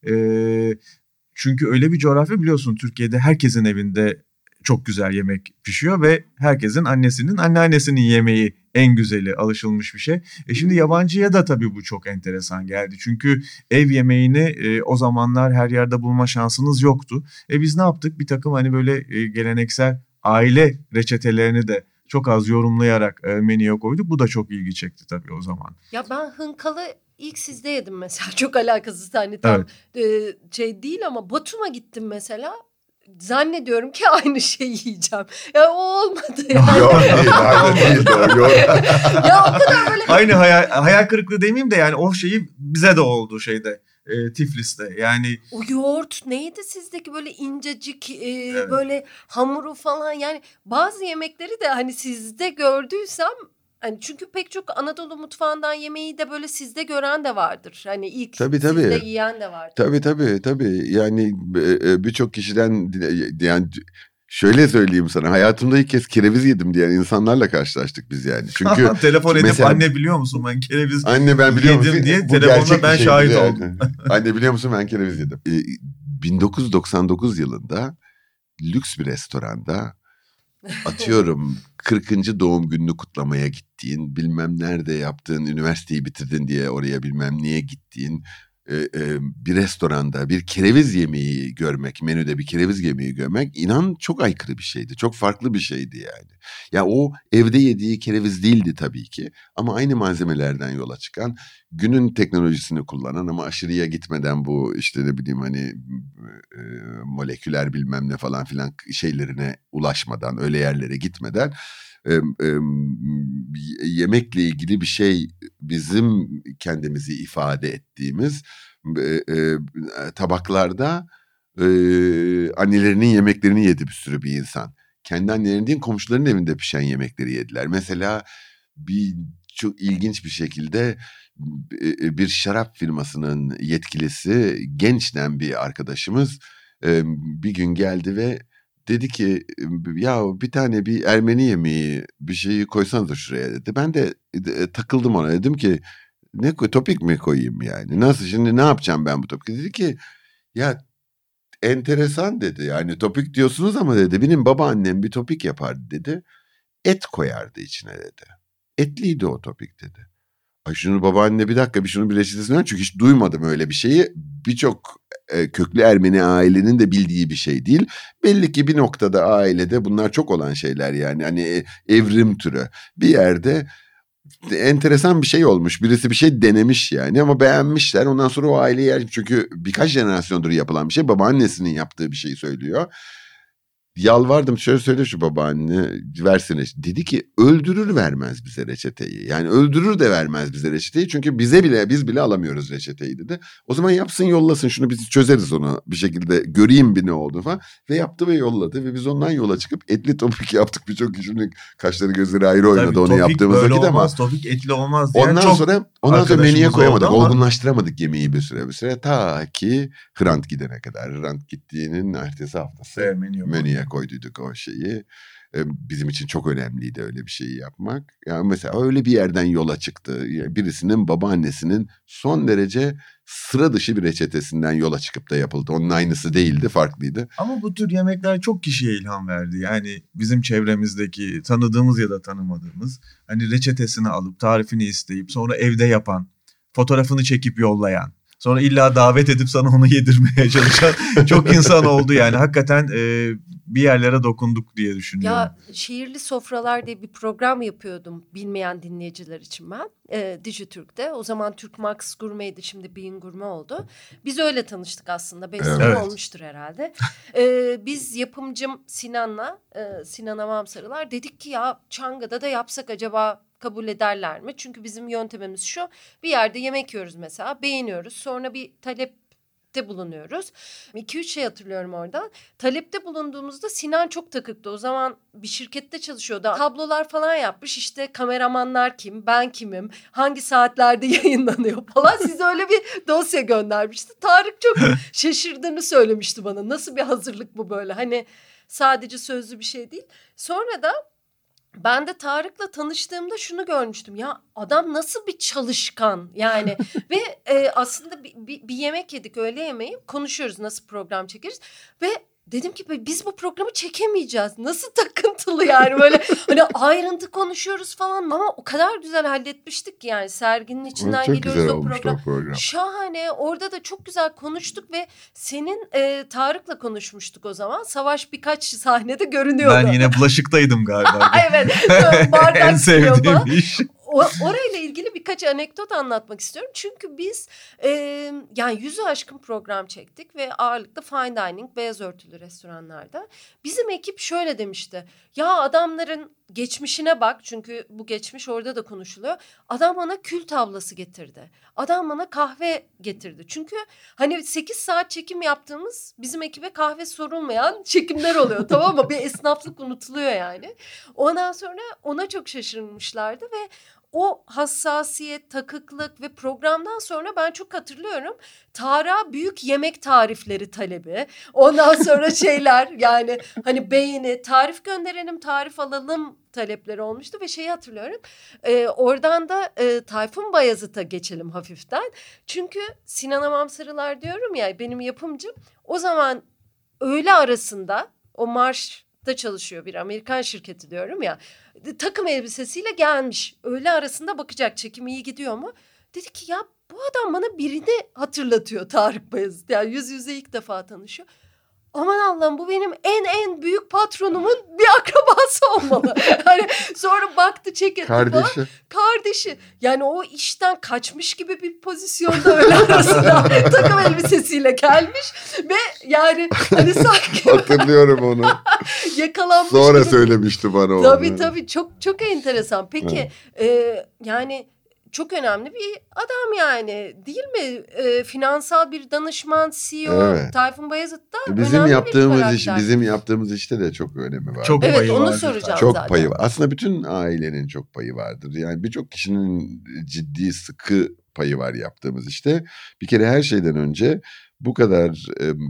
Speaker 3: çünkü öyle bir coğrafya, biliyorsun, Türkiye'de herkesin evinde çok güzel yemek pişiyor ve herkesin annesinin, anneannesinin yemeği en güzeli, alışılmış bir şey. Şimdi yabancıya da tabii bu çok enteresan geldi. Çünkü ev yemeğini o zamanlar her yerde bulma şansınız yoktu. Biz ne yaptık? Bir takım hani böyle geleneksel aile reçetelerini de çok az yorumlayarak menüye koyduk. Bu da çok ilgi çekti tabii o zaman.
Speaker 1: Ya ben hınkalı ilk sizde yedim mesela. Çok alakasız hani tam şey değil ama Batum'a gittim mesela. Zannediyorum ki aynı şeyi yiyeceğim. Ya o olmadı yani.
Speaker 2: Yok değil.
Speaker 1: Ya o kadar böyle.
Speaker 3: Aynı hayal kırıklığı demeyeyim de yani o şeyi bize de oldu şeyde. Tiflis'te yani.
Speaker 1: O yoğurt neydi sizdeki böyle incecik
Speaker 3: Evet.
Speaker 1: böyle hamuru falan yani bazı yemekleri de hani sizde gördüysem hani çünkü pek çok Anadolu mutfağından yemeği de böyle sizde gören de vardır. Hani ilk
Speaker 2: Tabii.
Speaker 1: sizde yiyen de vardır.
Speaker 2: Tabii. Yani birçok kişiden yani şöyle söyleyeyim sana, hayatımda ilk kez kereviz yedim diyen insanlarla karşılaştık biz yani. Çünkü
Speaker 3: telefon edip
Speaker 2: mesela,
Speaker 3: anne biliyor musun ben kereviz
Speaker 2: anne ben biliyor musun
Speaker 3: diye
Speaker 2: bu
Speaker 3: telefonda
Speaker 2: gerçek
Speaker 3: ben
Speaker 2: bir şeydir
Speaker 3: şahit
Speaker 2: yani.
Speaker 3: oldum.
Speaker 2: Anne biliyor musun ben kereviz yedim. 1999 yılında lüks bir restoranda atıyorum 40. doğum gününü kutlamaya gittiğin, bilmem nerede yaptığın, üniversiteyi bitirdin diye oraya bilmem niye gittiğin bir restoranda bir kereviz yemeği görmek, menüde bir kereviz yemeği görmek inan çok aykırı bir şeydi. Çok farklı bir şeydi yani. Ya o evde yediği kereviz değildi tabii ki ama aynı malzemelerden yola çıkan, günün teknolojisini kullanan ama aşırıya gitmeden bu işte ne bileyim hani moleküler bilmem ne falan filan şeylerine ulaşmadan, öyle yerlere gitmeden yemekle ilgili bir şey, bizim kendimizi ifade ettiğimiz tabaklarda annelerinin yemeklerini yedi bir sürü bir insan. Kendi annelerinin değil, komşularının evinde pişen yemekleri yediler. Mesela çok ilginç bir şekilde bir şarap firmasının yetkilisi, gençten bir arkadaşımız bir gün geldi ve dedi ki ya bir tane bir Ermeni yemeği bir şeyi koysanız da şuraya dedi. Ben de takıldım ona, dedim ki ne topik mi koyayım yani, nasıl şimdi ne yapacağım ben bu topik? Dedi ki ya enteresan dedi, yani topik diyorsunuz ama dedi benim babaannem bir topik yapardı dedi, et koyardı içine dedi, etliydi o topik dedi. Ay şunu babaanne bir dakika şunun bir reçetesini ver, çünkü hiç duymadım öyle bir şeyi. Birçok köklü Ermeni ailenin de bildiği bir şey değil. Belli ki bir noktada ailede bunlar çok olan şeyler yani. Hani evrim türü. Bir yerde enteresan bir şey olmuş. Birisi bir şey denemiş yani ama beğenmişler. Ondan sonra o aile yer. Çünkü birkaç jenerasyondur yapılan bir şey. Babaannesinin yaptığı bir şeyi söylüyor. Yalvardım, şöyle söyle şu babaanne versene. Dedi ki öldürür vermez bize reçeteyi. Yani öldürür de vermez bize reçeteyi. Çünkü biz bile alamıyoruz reçeteyi dedi. O zaman yapsın yollasın şunu, biz çözeriz onu bir şekilde, göreyim bir ne oldu falan. Ve yaptı ve yolladı ve biz ondan yola çıkıp etli topik yaptık. Birçok kişinin kaşları gözleri ayrı oynadı. Tabii, onu yaptığımız vakit ama.
Speaker 3: Olmaz, topik etli olmaz.
Speaker 2: Ondan sonra menüye koyamadık.
Speaker 3: Ama...
Speaker 2: Olgunlaştıramadık yemeği bir süre. Ta ki Hrant gidene kadar. Hrant gittiğinin ertesi haftası menüye koyduyduk o şeyi. Bizim için çok önemliydi öyle bir şeyi yapmak. Yani mesela öyle bir yerden yola çıktı. Yani birisinin babaannesinin son derece sıra dışı bir reçetesinden yola çıkıp da yapıldı. Onun aynısı değildi, farklıydı.
Speaker 3: Ama bu tür yemekler çok kişiye ilham verdi. Yani bizim çevremizdeki, tanıdığımız ya da tanımadığımız, hani reçetesini alıp tarifini isteyip sonra evde yapan, fotoğrafını çekip yollayan, sonra illa davet edip sana onu yedirmeye çalışan çok insan oldu yani. Hakikaten bir yerlere dokunduk diye düşünüyorum.
Speaker 1: Ya Şehirli Sofralar diye bir program yapıyordum bilmeyen dinleyiciler için ben. Dijitürk'te. O zaman Türk Max Gurme'ydi, şimdi Bean Gurme oldu. Biz öyle tanıştık aslında. 5 sene olmuştur herhalde. Biz yapımcım Sinan'la, Sinan Avamsarılar dedik ki ya Çanga'da da yapsak acaba kabul ederler mi? Çünkü bizim yöntemimiz şu: bir yerde yemek yiyoruz mesela, beğeniyoruz. Sonra bir talepte bulunuyoruz. 2-3 şey hatırlıyorum oradan. Talepte bulunduğumuzda Sinan çok takıktı. O zaman bir şirkette çalışıyordu. Tablolar falan yapmış. İşte kameramanlar kim, ben kimim, hangi saatlerde yayınlanıyor falan. Size öyle bir dosya göndermişti. Tarık çok şaşırdığını söylemişti bana. Nasıl bir hazırlık bu böyle? Hani sadece sözlü bir şey değil. Sonra da ben de Tarık'la tanıştığımda şunu görmüştüm. Ya adam nasıl bir çalışkan yani. Ve aslında bir yemek yedik, öğle yemeği, konuşuyoruz nasıl program çekeriz. Ve dedim ki biz bu programı çekemeyeceğiz. Nasıl takıntılı yani, böyle hani ayrıntı konuşuyoruz falan ama o kadar güzel halletmiştik ki yani, serginin içinden
Speaker 2: çok
Speaker 1: geliyoruz
Speaker 2: güzel
Speaker 1: o program.
Speaker 2: program.
Speaker 1: Şahane, orada da çok güzel konuştuk ve senin Tarık'la konuşmuştuk o zaman. Savaş birkaç sahnede görünüyordu.
Speaker 3: Ben yine bulaşıktaydım galiba.
Speaker 1: Evet, bardak
Speaker 3: en sevdiğim iş.
Speaker 1: Orayla ilgili ilgili birkaç anekdot anlatmak istiyorum. Çünkü biz yani 100'ü aşkın program çektik ve ağırlıklı fine dining, beyaz örtülü restoranlarda. Bizim ekip şöyle demişti. Ya adamların geçmişine bak, çünkü bu geçmiş orada da konuşuluyor. Adam bana kül tablası getirdi. Adam bana kahve getirdi. Çünkü hani 8 saat çekim yaptığımız, bizim ekibe kahve sorulmayan çekimler oluyor, tamam mı? Bir esnaflık unutuluyor yani. Ondan sonra ona çok şaşırmışlardı ve o hassasiyet, takıklık ve programdan sonra ben çok hatırlıyorum. Tarık'a büyük yemek tarifleri talebi. Ondan sonra şeyler, yani hani beğeni, tarif gönderelim, tarif alalım talepleri olmuştu ve şeyi hatırlıyorum. Oradan da Tayfun Bayazıt'a geçelim hafiften. Çünkü Sinan Amamsarılar diyorum ya, benim yapımcım. O zaman öğle arasında o Marş'ta çalışıyor, bir Amerikan şirketi diyorum ya. Takım elbisesiyle gelmiş. Öğle arasında bakacak çekim iyi gidiyor mu? Dedi ki ya bu adam bana birini hatırlatıyor, Tarık Bayazıt. Yani yüz yüze ilk defa tanışıyor. Aman Allah'ım, bu benim en büyük patronumun bir akrabası olmalı. Hani sonra baktı, çek etti falan. Kardeşi. Yani o işten kaçmış gibi bir pozisyonda öyle arasında takım elbisesiyle gelmiş. Ve yani hani sanki
Speaker 2: Hatırlıyorum onu.
Speaker 1: yakalanmış
Speaker 2: Sonra
Speaker 1: gibi.
Speaker 2: söylemişti bana onu.
Speaker 1: Tabii çok enteresan. Peki yani çok önemli bir adam yani, değil mi? Finansal bir danışman, CEO,
Speaker 2: Evet.
Speaker 1: Tayfun Bayazıt da
Speaker 2: Bizim
Speaker 1: önemli
Speaker 2: yaptığımız
Speaker 1: bir
Speaker 2: iş, bizim yaptığımız işte de çok önemi var.
Speaker 3: Çok
Speaker 1: Evet,
Speaker 3: payı
Speaker 1: onu
Speaker 3: vardır
Speaker 1: soracağım
Speaker 2: Çok
Speaker 1: zaten.
Speaker 2: payı var. Aslında bütün ailenin çok payı vardır. Yani birçok kişinin ciddi, sıkı payı var yaptığımız işte. Bir kere her şeyden önce bu kadar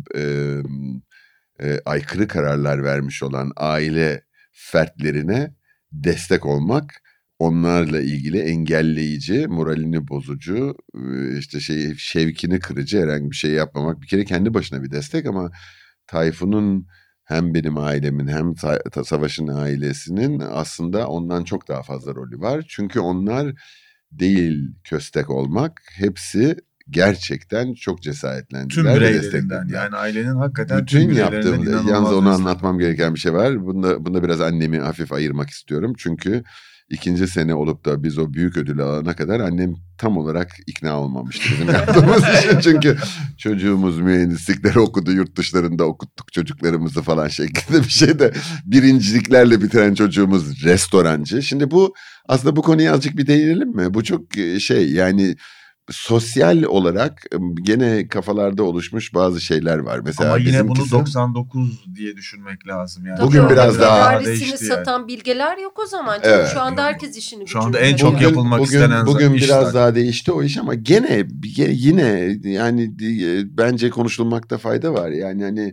Speaker 2: aykırı kararlar vermiş olan aile fertlerine destek olmak, onlarla ilgili engelleyici, moralini bozucu, işte şevkini kırıcı herhangi bir şey yapmamak bir kere kendi başına bir destek, ama Tayfun'un hem benim ailemin hem Savaş'ın ailesinin aslında ondan çok daha fazla rolü var. Çünkü onlar değil köstek olmak, hepsi gerçekten çok cesaretlendiler
Speaker 3: Tüm
Speaker 2: ve
Speaker 3: bireylerinden,
Speaker 2: desteklediler.
Speaker 3: yani ailenin hakikaten
Speaker 2: Bütün
Speaker 3: tüm bireylerinden
Speaker 2: yaptığımız,
Speaker 3: inanılmaz
Speaker 2: yalnız onu
Speaker 3: destek
Speaker 2: anlatmam
Speaker 3: var.
Speaker 2: gereken bir şey var. Bunda biraz annemi hafif ayırmak istiyorum. Çünkü 2. sene olup da biz o büyük ödülü alana kadar annem tam olarak ikna olmamıştı bizim yaptığımız için. Çünkü çocuğumuz mühendislikleri okudu, yurt dışlarında okuttuk çocuklarımızı falan şeklinde bir şey de, birinciliklerle bitiren çocuğumuz restorancı. Şimdi bu aslında, bu konuya azıcık bir değinelim mi? Bu çok yani sosyal olarak gene kafalarda oluşmuş bazı şeyler var. Mesela
Speaker 3: Ama yine bunu
Speaker 2: bizimkisi
Speaker 3: 99 diye düşünmek lazım yani.
Speaker 2: Bugün biraz daha
Speaker 1: Tedarisini satan
Speaker 3: yani.
Speaker 1: bilgeler yok o zaman.
Speaker 2: Evet.
Speaker 1: Şu anda herkes işini
Speaker 3: Şu anda
Speaker 1: gücünü
Speaker 3: en çok
Speaker 1: yapıyor.
Speaker 3: yapılmak istenen
Speaker 2: bugün
Speaker 3: iş
Speaker 2: biraz
Speaker 3: zaten.
Speaker 2: daha değişti o iş, ama gene yine yani bence konuşulmakta fayda var. Yani hani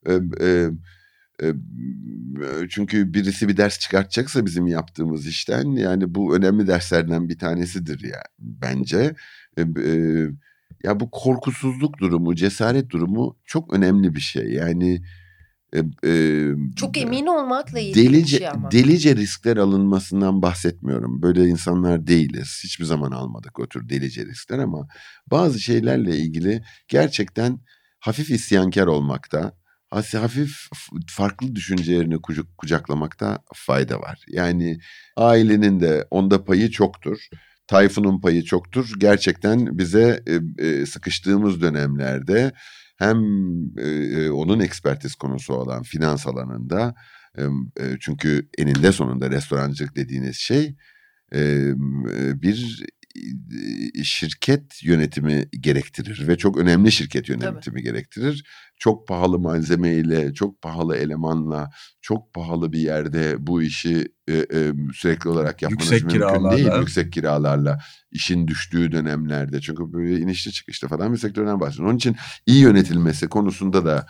Speaker 2: çünkü birisi bir ders çıkartacaksa bizim yaptığımız işten, yani bu önemli derslerden bir tanesidir ya bence. Ya bu korkusuzluk durumu, cesaret durumu çok önemli bir şey. Yani
Speaker 1: çok emin olmakla ilgili bir şey ama.
Speaker 2: Delice riskler alınmasından bahsetmiyorum. Böyle insanlar değiliz. Hiçbir zaman almadık o tür delice riskler, ama bazı şeylerle ilgili gerçekten hafif isyankar olmakta, hafif farklı düşüncelerini kucaklamakta fayda var. Yani ailenin de onda payı çoktur. Tayfun'un payı çoktur. Gerçekten bize sıkıştığımız dönemlerde hem onun ekspertiz konusu olan finans alanında, çünkü eninde sonunda restorancılık dediğiniz şey bir şirket yönetimi gerektirir ve çok önemli şirket yönetimi gerektirir. Çok pahalı malzemeyle, çok pahalı elemanla, çok pahalı bir yerde bu işi sürekli olarak yapmanız mümkün değil. Yüksek kiralarla, işin düştüğü dönemlerde. Çünkü böyle inişli çıkışlı falan bir sektörden bahsediyoruz. Onun için iyi yönetilmesi konusunda da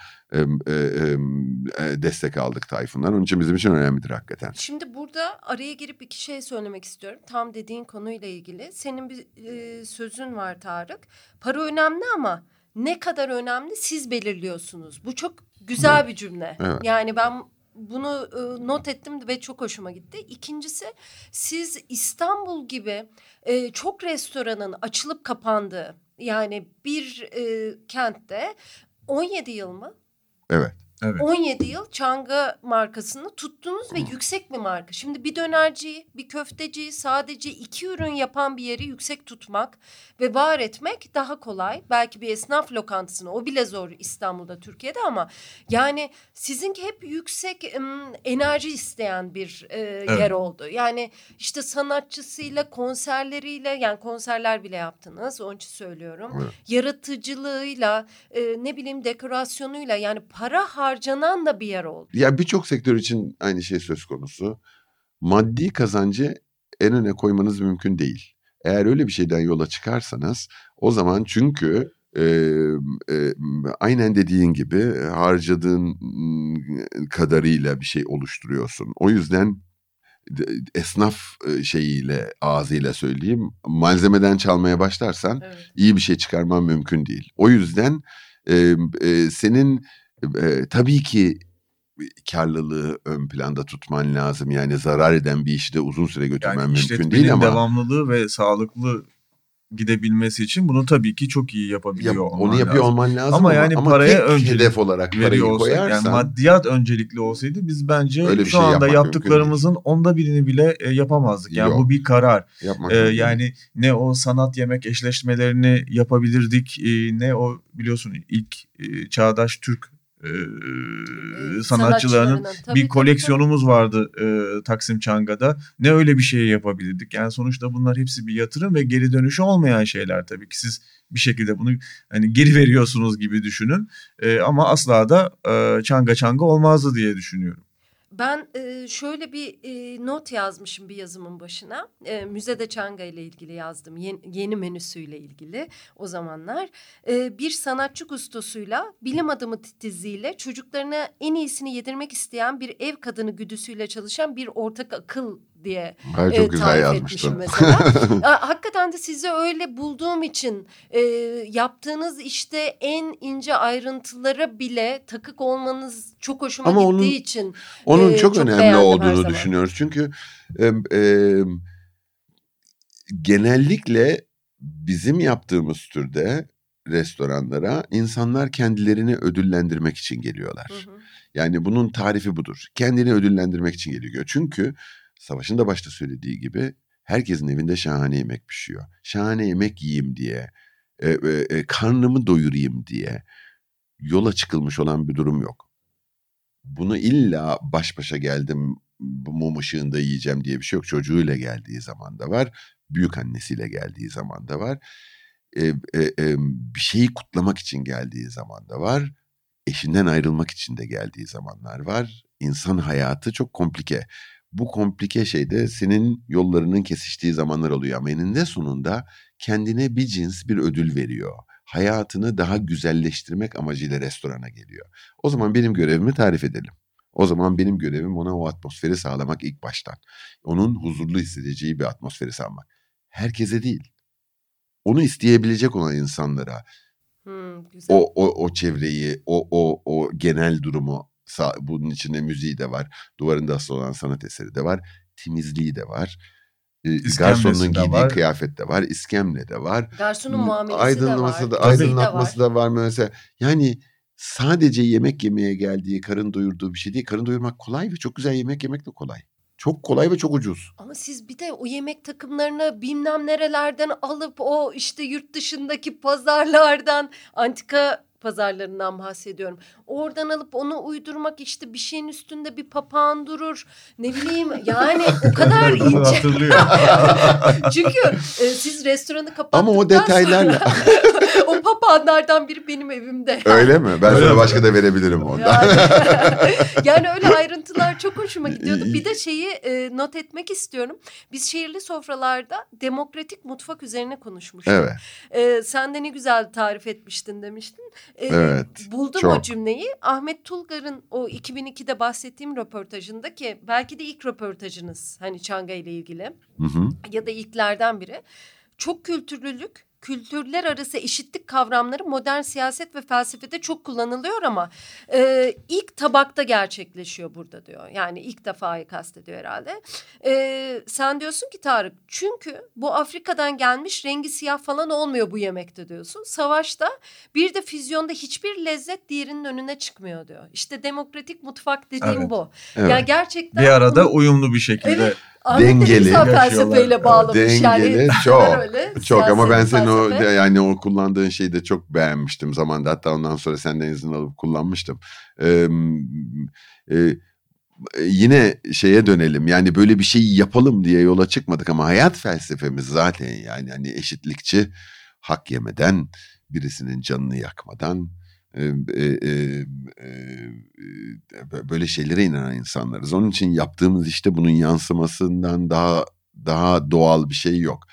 Speaker 2: destek aldık Tayfun'dan. Onun için bizim için önemlidir hakikaten.
Speaker 1: Şimdi burada araya girip iki şey söylemek istiyorum. Tam dediğin konuyla ilgili. Senin bir sözün var Tarık. Para önemli ama ne kadar önemli siz belirliyorsunuz. Bu çok güzel bir cümle.
Speaker 2: Evet.
Speaker 1: Yani ben bunu not ettim ve çok hoşuma gitti. İkincisi, siz İstanbul gibi çok restoranın açılıp kapandığı, yani bir kentte 17 yıl mı?
Speaker 2: Evet.
Speaker 3: Evet.
Speaker 1: 17 yıl Çanga markasını tuttunuz ve yüksek bir marka. Şimdi bir dönerciyi, bir köfteciyi sadece 2 ürün yapan bir yeri yüksek tutmak ve var etmek daha kolay. Belki bir esnaf lokantasını, o bile zor İstanbul'da, Türkiye'de, ama yani sizinki hep yüksek enerji isteyen bir yer oldu. Yani işte sanatçısıyla, konserleriyle, yani konserler bile yaptınız, onun için söylüyorum.
Speaker 2: Evet.
Speaker 1: Yaratıcılığıyla, ne bileyim dekorasyonuyla, yani para harcanan da bir yer oldu.
Speaker 2: Ya birçok sektör için aynı şey söz konusu. Maddi kazancı en öne koymanız mümkün değil. Eğer öyle bir şeyden yola çıkarsanız o zaman, çünkü aynen dediğin gibi harcadığın kadarıyla bir şey oluşturuyorsun. O yüzden esnaf şeyiyle, ağzıyla söyleyeyim, malzemeden çalmaya başlarsan iyi bir şey çıkarman mümkün değil. O yüzden senin tabii ki karlılığı ön planda tutman lazım. Yani zarar eden bir işi de uzun süre götürmen mümkün değil ama
Speaker 3: devamlılığı ve sağlıklı gidebilmesi için bunu tabii ki çok iyi yapabiliyor olman
Speaker 2: onu yapıyor
Speaker 3: lazım.
Speaker 2: olman lazım
Speaker 3: Ama yani paraya
Speaker 2: tek hedef olarak parayı koyarsan,
Speaker 3: yani maddiyat öncelikli olsaydı biz bence
Speaker 2: öyle bir
Speaker 3: şu
Speaker 2: şey
Speaker 3: anda
Speaker 2: yapmak
Speaker 3: yaptıklarımızın onda birini bile yapamazdık. Yani
Speaker 2: Yok.
Speaker 3: bu bir karar.
Speaker 2: yani
Speaker 3: ne o sanat yemek eşleşmelerini yapabilirdik, ne o biliyorsun ilk çağdaş Türk sanatçılarının bir koleksiyonumuz vardı Taksim Çanga'da. Ne öyle bir şey yapabilirdik. Yani sonuçta bunlar hepsi bir yatırım ve geri dönüşü olmayan şeyler tabii ki. Siz bir şekilde bunu hani geri veriyorsunuz gibi düşünün. Ama asla da çanga olmazdı diye düşünüyorum.
Speaker 1: Ben şöyle bir not yazmışım bir yazımın başına. Müzede Çanga ile ilgili yazdım. Yeni menüsüyle ilgili o zamanlar. Bir sanatçı gustosuyla, bilim adamı titiziyle, çocuklarına en iyisini yedirmek isteyen bir ev kadını güdüsüyle çalışan bir ortak akıl diye
Speaker 2: çok güzel
Speaker 1: tarif
Speaker 2: yazmıştın.
Speaker 1: etmişim mesela. Hakikaten de sizi öyle bulduğum için yaptığınız işte en ince ayrıntılara bile takık olmanız çok hoşuma
Speaker 2: Ama
Speaker 1: gittiği için
Speaker 2: onun çok önemli
Speaker 1: beğendim her
Speaker 2: olduğunu
Speaker 1: zaman.
Speaker 2: düşünüyoruz. Çünkü genellikle bizim yaptığımız türde restoranlara insanlar kendilerini ödüllendirmek için geliyorlar.
Speaker 1: Hı hı.
Speaker 2: Yani bunun tarifi budur. Kendini ödüllendirmek için geliyor. Çünkü Savaş'ın da başta söylediği gibi herkesin evinde şahane yemek pişiyor. Şahane yemek yiyeyim diye, karnımı doyurayım diye yola çıkılmış olan bir durum yok. Bunu illa baş başa geldim, mum ışığında yiyeceğim diye bir şey yok. Çocuğuyla geldiği zaman da var. Büyük annesiyle geldiği zaman da var. Bir şeyi kutlamak için geldiği zaman da var. Eşinden ayrılmak için de geldiği zamanlar var. İnsan hayatı çok komplike. Bu komplike şeyde senin yollarının kesiştiği zamanlar oluyor. Ama eninde sonunda kendine bir cins bir ödül veriyor. Hayatını daha güzelleştirmek amacıyla restorana geliyor. O zaman benim görevimi tarif edelim. O zaman benim görevim ona o atmosferi sağlamak ilk baştan. Onun huzurlu hissedeceği bir atmosferi sağlamak. Herkese değil. Onu isteyebilecek olan insanlara
Speaker 1: Güzel.
Speaker 2: o çevreyi, o genel durumu, bunun içinde müziği de var. Duvarında asılı olan sanat eseri de var. Temizliği de var. Garsonun giydiği kıyafet de var. İskemle de var.
Speaker 1: Garsonun muamelesi
Speaker 2: aydınlaması
Speaker 1: de var.
Speaker 2: Aydınlatması da var mesela. Yani sadece yemek yemeye geldiği, karın doyurduğu bir şey değil. Karın doyurmak kolay ve çok güzel yemek yemek de kolay. Çok kolay ve çok ucuz.
Speaker 1: Ama siz bir de o yemek takımlarını bilmem nerelerden alıp o işte yurt dışındaki pazarlardan, antika pazarlarından bahsediyorum. Oradan alıp onu uydurmak, işte bir şeyin üstünde bir papağan durur. Ne bileyim yani o kadar ince.
Speaker 3: Hatırlıyor.
Speaker 1: Çünkü siz restoranı kapattıktan
Speaker 2: ama o detaylarla
Speaker 1: o papağanlardan biri benim evimde.
Speaker 2: Öyle mi? Ben sana başka da verebilirim ondan.
Speaker 1: Yani öyle ayrıntılar çok hoşuma gidiyordu. Bir de şeyi not etmek istiyorum. Biz Şehirli Sofralarda demokratik mutfak üzerine konuşmuştuk.
Speaker 2: Evet.
Speaker 1: Sen de ne güzel tarif etmiştin demiştin.
Speaker 2: Evet.
Speaker 1: Buldum
Speaker 2: çok.
Speaker 1: O cümleyi. Ahmet Tulgar'ın o 2002'de bahsettiğim röportajında, ki belki de ilk röportajınız hani Çanga ile ilgili.
Speaker 2: Hı hı.
Speaker 1: Ya da ilklerden biri. Çok kültürlülük kültürler arası eşitlik kavramları modern siyaset ve felsefede çok kullanılıyor ama ilk tabakta gerçekleşiyor burada diyor. Yani ilk defayı kastediyor herhalde. Sen diyorsun ki Tarık, çünkü bu Afrika'dan gelmiş rengi siyah falan olmuyor bu yemekte diyorsun. Savaşta bir de füzyonda hiçbir lezzet diğerinin önüne çıkmıyor diyor. İşte demokratik mutfak dediğim bu.
Speaker 2: Evet.
Speaker 1: Yani gerçekten
Speaker 3: Bir arada uyumlu bir şekilde.
Speaker 1: Evet. Ahmet de
Speaker 2: Dengeli
Speaker 1: güzel felsefeyle bağlamış.
Speaker 2: Dengeli,
Speaker 1: Yani
Speaker 2: çok
Speaker 1: öyle,
Speaker 2: çok ama ben
Speaker 1: siyaseti,
Speaker 2: senin
Speaker 1: felsefe.
Speaker 2: yani o kullandığın şeyi de çok beğenmiştim zamanda, hatta ondan sonra senden izin alıp kullanmıştım. Yine şeye dönelim, yani böyle bir şey yapalım diye yola çıkmadık ama hayat felsefemiz zaten yani hani eşitlikçi, hak yemeden, birisinin canını yakmadan, böyle şeylere inanan insanlarız. Onun için yaptığımız işte bunun yansımasından daha doğal bir şey yok.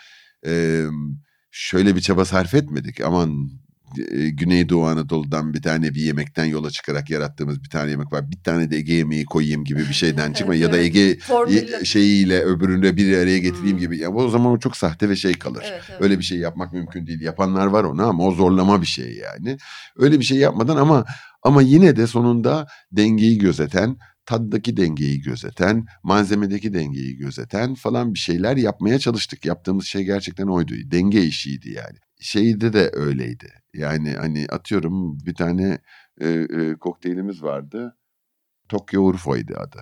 Speaker 2: Şöyle bir çaba sarf etmedik. Aman Güneydoğu Anadolu'dan bir yemekten yola çıkarak yarattığımız bir tane yemek var. Bir tane de Ege yemeği koyayım gibi bir şeyden çıkma ya da Ege şeyiyle öbürünü bir araya getireyim gibi. Yani o zaman o çok sahte ve şey kalır.
Speaker 1: Evet.
Speaker 2: Öyle bir şey yapmak mümkün değil. Yapanlar var onu ama o zorlama bir şey yani. Öyle bir şey yapmadan ama yine de sonunda dengeyi gözeten, taddaki dengeyi gözeten, malzemedeki dengeyi gözeten falan bir şeyler yapmaya çalıştık. Yaptığımız şey gerçekten oydu. Denge işiydi yani. Şeyde de öyleydi. Yani hani atıyorum bir tane kokteylimiz vardı. Tokyo Urfa'ydı adı.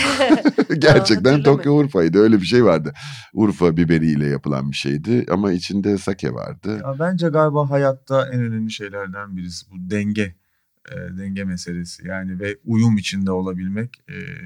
Speaker 2: Gerçekten Tokyo Urfa'ydı. Öyle bir şey vardı. Urfa biberiyle yapılan bir şeydi ama içinde sake vardı.
Speaker 3: Ya bence galiba hayatta en önemli şeylerden birisi bu denge. Denge meselesi yani ve uyum içinde olabilmek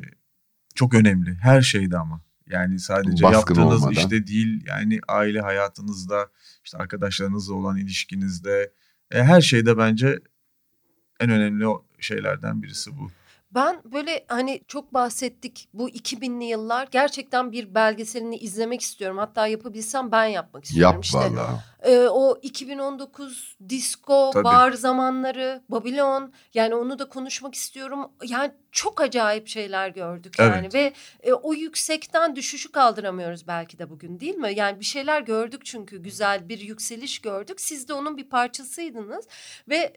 Speaker 3: çok önemli. Her şeyde ama. Yani sadece
Speaker 2: baskın
Speaker 3: yaptığınız
Speaker 2: olmadan.
Speaker 3: işte değil, yani aile hayatınızda, işte arkadaşlarınızla olan ilişkinizde, her şeyde bence en önemli şeylerden birisi bu.
Speaker 1: Ben böyle hani çok bahsettik, bu 2000'li yıllar, gerçekten bir belgeselini izlemek istiyorum. Hatta yapabilsem ben yapmak istiyorum.
Speaker 2: Yap
Speaker 1: İşte
Speaker 2: vallahi.
Speaker 1: o 2019 disco,
Speaker 3: Tabii.
Speaker 1: bar zamanları, Babylon, yani onu da konuşmak istiyorum. Yani çok acayip şeyler gördük yani.
Speaker 3: Evet.
Speaker 1: Ve o yüksekten düşüşü kaldıramıyoruz belki de bugün, değil mi? Yani bir şeyler gördük çünkü, güzel bir yükseliş gördük. Siz de onun bir parçasıydınız ve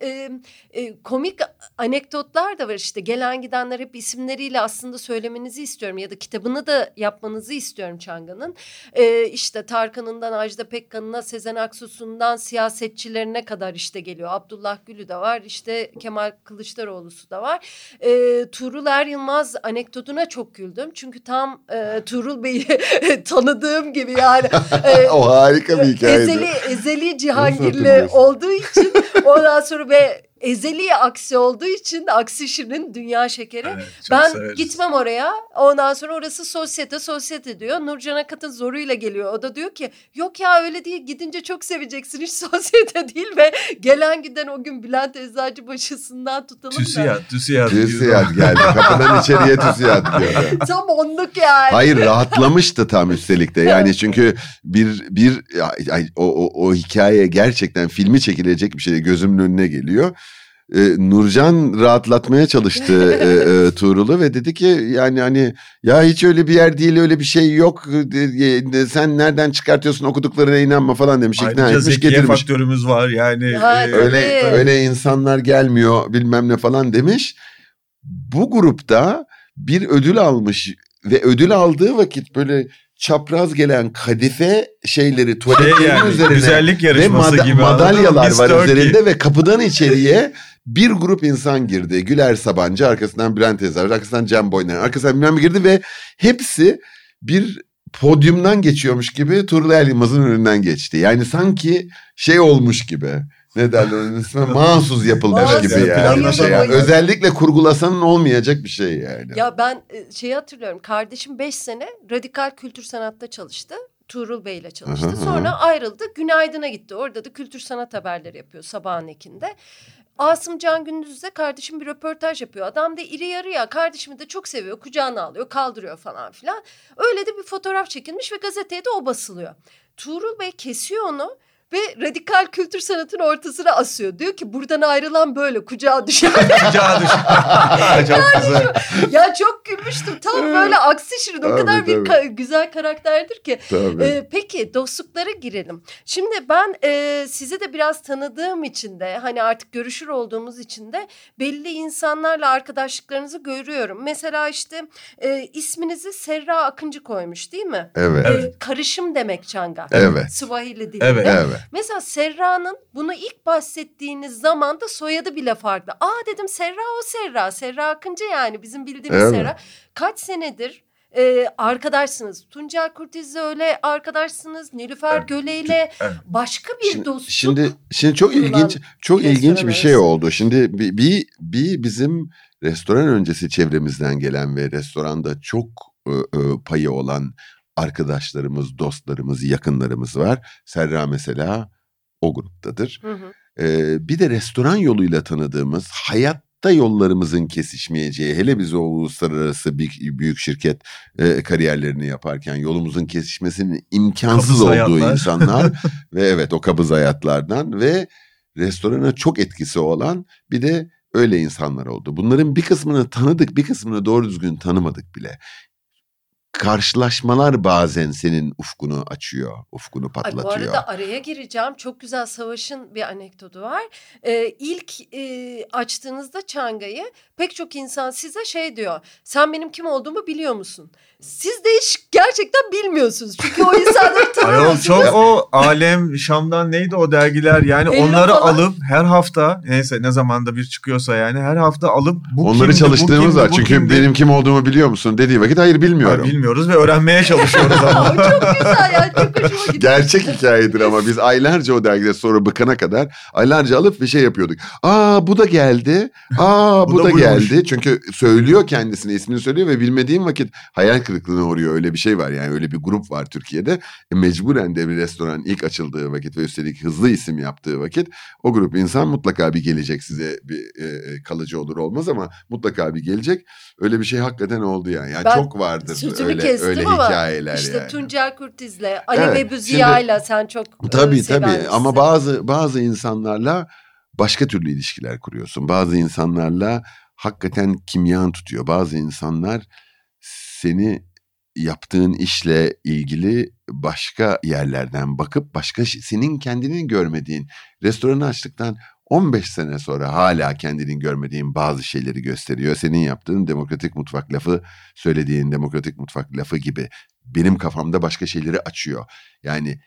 Speaker 1: komik anekdotlar da var işte. Gelen gidenler hep isimleriyle aslında söylemenizi istiyorum ya da kitabını da yapmanızı istiyorum Çanga'nın. İşte Tarkan'ından Ajda Pekkan'ına, Sezen Aksu'sundan siyasetçilerine kadar işte geliyor. Abdullah Gül'ü de var, işte Kemal Kılıçdaroğlu'su da var. Tuğrul Er Yılmaz anekdotuna çok güldüm. Çünkü tam Tuğrul Bey'i tanıdığım gibi yani.
Speaker 2: O harika bir hikayeydi.
Speaker 1: Ezeli Cihangirli
Speaker 2: hatırlıyorsun?
Speaker 1: olduğu için, ondan sonra ve ezeli aksi olduğu için, aksi şirin dünya şekeri.
Speaker 3: Evet, çok
Speaker 1: ben
Speaker 3: severiz.
Speaker 1: gitmem oraya. Ondan sonra orası sosyete diyor. Nurcan Akat'ın zoruyla geliyor. O da diyor ki yok ya öyle değil, gidince çok seveceksin, hiç sosyete değil ve gelen giden o gün Bülent Eczacıbaşı'sından tutalım da.
Speaker 3: TÜSİAD.
Speaker 2: TÜSİAD geldi. Kapıdan içeriye TÜSİAD diyor.
Speaker 1: Tam onluk yani.
Speaker 2: Hayır, rahatlamıştı tam üstelik de. Yani çünkü o hikaye gerçekten filmi çekilecek bir şey, gözümün önüne geliyor. Nurcan rahatlatmaya çalıştı Tuğrul'u ve dedi ki yani hani ya hiç öyle bir yer değil, öyle bir şey yok. Sen nereden çıkartıyorsun, okuduklarına inanma falan demiş. İkna
Speaker 3: Ayrıca
Speaker 2: etmiş,
Speaker 3: zekiye
Speaker 2: getirmiş.
Speaker 3: faktörümüz var yani.
Speaker 1: Ha,
Speaker 2: Öyle insanlar gelmiyor bilmem ne falan demiş. Bu grupta bir ödül almış ve ödül aldığı vakit böyle çapraz gelen kadife şeyleri tuvaletlerin
Speaker 3: yani,
Speaker 2: üzerine
Speaker 3: güzellik
Speaker 2: ve
Speaker 3: yarışması gibi,
Speaker 2: madalyalar
Speaker 3: anladın mı?
Speaker 2: var
Speaker 3: Mr.
Speaker 2: üzerinde
Speaker 3: Turkey.
Speaker 2: ve kapıdan içeriye bir grup insan girdi. Güler Sabancı, arkasından Bülent Eczacı, arkasından Cem Boyner, arkasından bilmem ne girdi ve hepsi bir podyumdan geçiyormuş gibi Tuğrul Er Yılmaz'ın önünden geçti. Yani sanki şey olmuş gibi. Ne derler onun ismi? Mahsus yapılmış
Speaker 1: Evet,
Speaker 2: gibi
Speaker 3: yani
Speaker 2: yani.
Speaker 3: planlama
Speaker 2: Şey,
Speaker 3: var.
Speaker 2: özellikle kurgulasanın olmayacak bir şey yani.
Speaker 1: Ya ben şeyi hatırlıyorum. Kardeşim 5 sene radikal kültür sanatta çalıştı. Tuğrul Bey ile çalıştı.
Speaker 2: Hı hı.
Speaker 1: Sonra ayrıldı. Günaydın'a gitti. Orada da kültür sanat haberleri yapıyor sabahın ekinde. Asım Can Gündüz'de kardeşim bir röportaj yapıyor. Adam da iri yarı ya. Kardeşimi de çok seviyor. Kucağına alıyor, kaldırıyor falan filan. Öyle de bir fotoğraf çekilmiş ve gazeteye de o basılıyor. Tuğrul Bey kesiyor onu. ve radikal kültür sanatın ortasına asıyor. Diyor ki buradan ayrılan böyle kucağa düşer.
Speaker 3: Kucağa düşer. Çok güzel.
Speaker 1: Ya çok gülmüştüm. Tam böyle aksi şirin. O
Speaker 2: Tabii,
Speaker 1: kadar bir
Speaker 2: tabii.
Speaker 1: güzel karakterdir ki.
Speaker 2: Tabii.
Speaker 1: Peki dostluklara girelim. Şimdi ben sizi de biraz tanıdığım için de hani artık görüşür olduğumuz için de belli insanlarla arkadaşlıklarınızı görüyorum. Mesela işte isminizi Serra Akıncı koymuş değil mi?
Speaker 2: Evet.
Speaker 1: Karışım demek çanga.
Speaker 2: Evet.
Speaker 1: Swahili dilinde.
Speaker 3: Evet.
Speaker 2: Evet.
Speaker 1: Mesela Serra'nın bunu ilk bahsettiğiniz zaman da soyadı bile farklı. Dedim Serra o Serra. Serra Akıncı yani bizim bildiğimiz
Speaker 2: Evet.
Speaker 1: Serra. Kaç senedir arkadaşsınız? Tuncel Kurtiz'le öyle arkadaşsınız. Nilüfer
Speaker 3: Evet.
Speaker 1: Göle'yle
Speaker 3: Evet.
Speaker 1: başka bir dostluk.
Speaker 2: Şimdi çok ilginç bir şey
Speaker 1: arası.
Speaker 2: oldu. Şimdi bir bizim restoran öncesi çevremizden gelen ve restoranda çok payı olan arkadaşlarımız, dostlarımız, yakınlarımız var. Serra mesela o gruptadır.
Speaker 1: Hı hı.
Speaker 2: Bir de restoran yoluyla tanıdığımız, hayatta yollarımızın kesişmeyeceği, hele biz o uluslararası büyük şirket kariyerlerini yaparken yolumuzun kesişmesinin imkansız
Speaker 3: Kabız
Speaker 2: olduğu
Speaker 3: hayatlar.
Speaker 2: insanlar ve evet o kabız hayatlardan ve restorana çok etkisi olan bir de öyle insanlar oldu. Bunların bir kısmını tanıdık, bir kısmını doğru düzgün tanımadık bile. Karşılaşmalar bazen senin ufkunu açıyor, ufkunu
Speaker 1: Ay,
Speaker 2: patlatıyor.
Speaker 1: bu arada araya gireceğim. Çok güzel Savaş'ın bir anekdotu var. İlk açtığınızda çangayı pek çok insan size şey diyor. Sen benim kim olduğumu biliyor musun? Siz de hiç gerçekten bilmiyorsunuz. Çünkü o insanları
Speaker 3: Ayol
Speaker 1: tanımıyorsunuz.
Speaker 3: çok o Alem, Şam'dan neydi o dergiler yani
Speaker 1: Elli
Speaker 3: onları
Speaker 1: falan.
Speaker 3: alıp her hafta neyse ne zamanda bir çıkıyorsa yani her hafta alıp bu
Speaker 2: Onları
Speaker 3: kimdi,
Speaker 2: çalıştığımız
Speaker 3: bu kimdi,
Speaker 2: var.
Speaker 3: bu
Speaker 2: Çünkü
Speaker 3: kimdi?
Speaker 2: benim kim olduğumu biliyor musun dediği vakit hayır bilmiyorum.
Speaker 3: Bilmiyoruz ve öğrenmeye çalışıyoruz
Speaker 1: O
Speaker 3: ama.
Speaker 1: çok güzel ya. Çok hoşuma gitti.
Speaker 2: Gerçek hikayedir ama biz aylarca o dergide sonra bıkana kadar aylarca alıp bir şey yapıyorduk. Bu da geldi.
Speaker 3: Bu
Speaker 2: Bu
Speaker 3: da
Speaker 2: da
Speaker 3: buymuş.
Speaker 2: geldi. Çünkü söylüyor kendisine, ismini söylüyor ve bilmediğim vakit hayal kırıklığına uğruyor. Öyle bir şey var yani, öyle bir grup var Türkiye'de. Mecburen de bir restoran ilk açıldığı vakit ve üstelik hızlı isim yaptığı vakit o grup insan mutlaka bir gelecek, size bir kalıcı olur olmaz ama mutlaka bir gelecek. Öyle bir şey hakikaten oldu yani. Yani
Speaker 1: Ben
Speaker 2: çok vardır
Speaker 1: sözünü
Speaker 2: öyle
Speaker 1: kestim ama
Speaker 2: hikayeler
Speaker 1: İşte
Speaker 2: yani.
Speaker 1: Tuncel Kurtiz'le, Ali
Speaker 2: Evet,
Speaker 1: Vebu Ziya'yla sen çok
Speaker 2: Tabii
Speaker 1: seversin.
Speaker 2: ama bazı insanlarla başka türlü ilişkiler kuruyorsun. Bazı insanlarla hakikaten kimyan tutuyor. Bazı insanlar seni yaptığın işle ilgili başka yerlerden bakıp senin kendini görmediğin, restoranı açtıktan 15 sene sonra hala kendini görmediğin bazı şeyleri gösteriyor. Senin yaptığın demokratik mutfak lafı, söylediğin demokratik mutfak lafı gibi benim kafamda başka şeyleri açıyor. Yani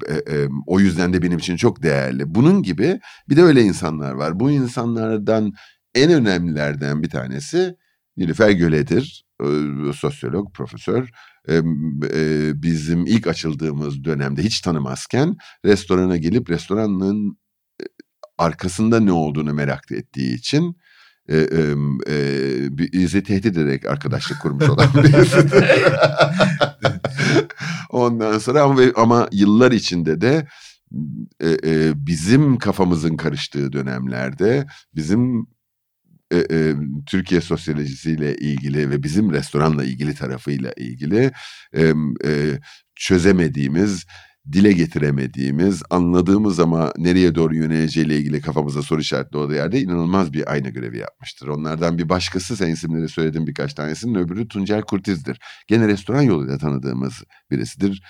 Speaker 2: o yüzden de benim için çok değerli. Bunun gibi bir de öyle insanlar var. Bu insanlardan en önemlilerden bir tanesi Nilüfer Göle'dir. Sosyolog, profesör. Bizim ilk açıldığımız dönemde hiç tanımazken restorana gelip restoranın arkasında ne olduğunu merak ettiği için bizi tehdit ederek arkadaşlık kurmuş olan birisidir. Ondan sonra ama yıllar içinde de bizim kafamızın karıştığı dönemlerde bizim Türkiye sosyolojisiyle ilgili ve bizim restoranla ilgili tarafıyla ilgili çözemediğimiz, dile getiremediğimiz, anladığımız ama nereye doğru yöneleceğiyle ilgili kafamıza soru işaretli olduğu yerde inanılmaz bir ayna görevi yapmıştır. Onlardan bir başkası, sen isimleri söyledim birkaç tanesinin, öbürü Tuncel Kurtiz'dir. Gene restoran yoluyla tanıdığımız birisidir.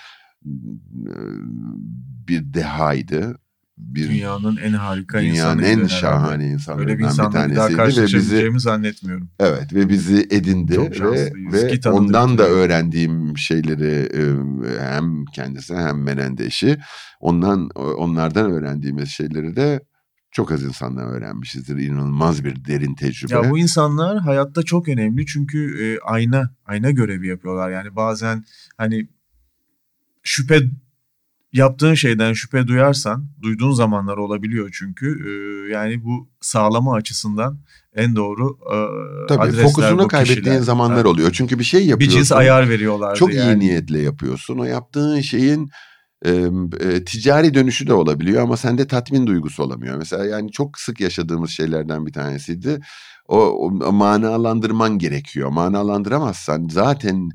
Speaker 2: Bir dehaydı.
Speaker 3: Dünyanın en harika
Speaker 2: dünyanın
Speaker 3: insanıydı
Speaker 2: en
Speaker 3: herhalde.
Speaker 2: şahane insanlarından
Speaker 3: Öyle bir
Speaker 2: bir
Speaker 3: insanla bir daha
Speaker 2: tanesiydi ve
Speaker 3: karşılaşabileceğimi zannetmiyorum.
Speaker 2: Evet ve bizi edindi
Speaker 3: Çok şanslıyız
Speaker 2: ve
Speaker 3: ki tanıdık
Speaker 2: ondan da
Speaker 3: tabii.
Speaker 2: öğrendiğim şeyleri hem kendisi hem Menendeş'i onlardan öğrendiğimiz şeyleri de çok az insandan öğrenmişizdir. İnanılmaz bir derin tecrübe.
Speaker 3: Ya bu insanlar hayatta çok önemli çünkü ayna görevi yapıyorlar. Yani bazen hani yaptığın şeyden şüphe duyduğun zamanlar olabiliyor çünkü. Yani bu sağlama açısından en doğru
Speaker 2: Tabii
Speaker 3: adresler
Speaker 2: fokusunu
Speaker 3: bu
Speaker 2: kaybettiğin
Speaker 3: kişiler.
Speaker 2: zamanlar
Speaker 3: Evet.
Speaker 2: oluyor. Çünkü bir şey
Speaker 3: Bir
Speaker 2: yapıyorsun.
Speaker 3: cins ayar veriyorlardı.
Speaker 2: Çok
Speaker 3: yani.
Speaker 2: iyi niyetle yapıyorsun. O yaptığın şeyin ticari dönüşü de olabiliyor ama sende tatmin duygusu olamıyor. Mesela yani çok sık yaşadığımız şeylerden bir tanesiydi. o manalandırman gerekiyor. Manalandıramazsan zaten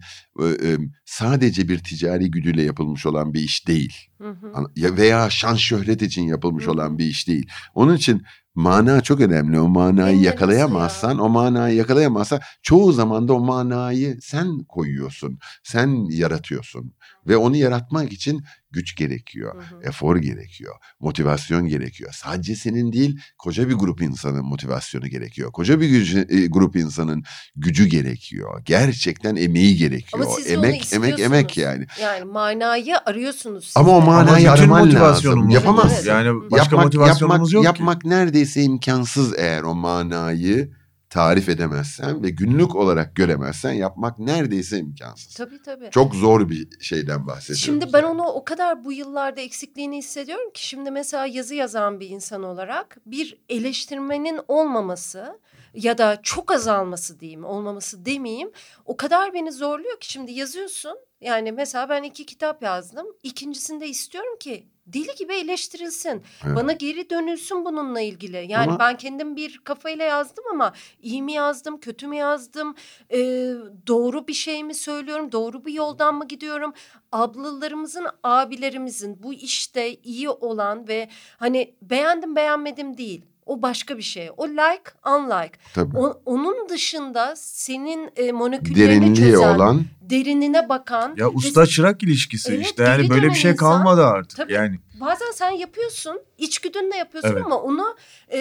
Speaker 2: sadece bir ticari güdüyle yapılmış olan bir iş değil. Veya şan şöhret için yapılmış olan bir iş değil. Onun için mana çok önemli. O manayı yakalayamazsan çoğu zaman da o manayı sen koyuyorsun. Sen yaratıyorsun. Ve onu yaratmak için güç gerekiyor. Efor gerekiyor. Motivasyon gerekiyor. Sadece senin değil, koca bir grup insanın motivasyonu gerekiyor. Koca bir grup insanın gücü gerekiyor. Gerçekten emeği gerekiyor.
Speaker 1: Ama siz
Speaker 2: emek yani.
Speaker 1: Yani manayı arıyorsunuz siz.
Speaker 2: Ama o manayı araman lazım.
Speaker 3: Yapamazsın. Yani başka motivasyonumuz yok ki.
Speaker 2: Yapmak neredeyse imkansız eğer o manayı tarif edemezsen ve günlük olarak göremezsen yapmak neredeyse imkansız.
Speaker 1: Tabii.
Speaker 2: Çok zor bir şeyden bahsediyoruz.
Speaker 1: Şimdi ben onu o kadar bu yıllarda eksikliğini hissediyorum ki şimdi mesela yazı yazan bir insan olarak bir eleştirmenin olmaması ya da çok azalması diyeyim, olmaması demeyeyim, o kadar beni zorluyor ki şimdi yazıyorsun. Yani mesela ben 2 kitap yazdım. İkincisinde istiyorum ki deli gibi eleştirilsin. Evet. Bana geri dönülsün bununla ilgili. Yani ben kendim bir kafayla yazdım ama iyi mi yazdım, kötü mü yazdım? Doğru bir şey mi söylüyorum? Doğru bir yoldan mı gidiyorum? Ablalarımızın, abilerimizin bu işte iyi olan ve hani beğendim beğenmedim değil. O başka bir şey. O like, unlike. Onun dışında senin moleküllerini çözen, derinine bakan.
Speaker 3: Ya usta çırak ilişkisi işte. Yani böyle bir şey kalmadı artık.
Speaker 1: Tabii,
Speaker 3: yani.
Speaker 1: Bazen sen yapıyorsun, içgüdünle yapıyorsun ama onu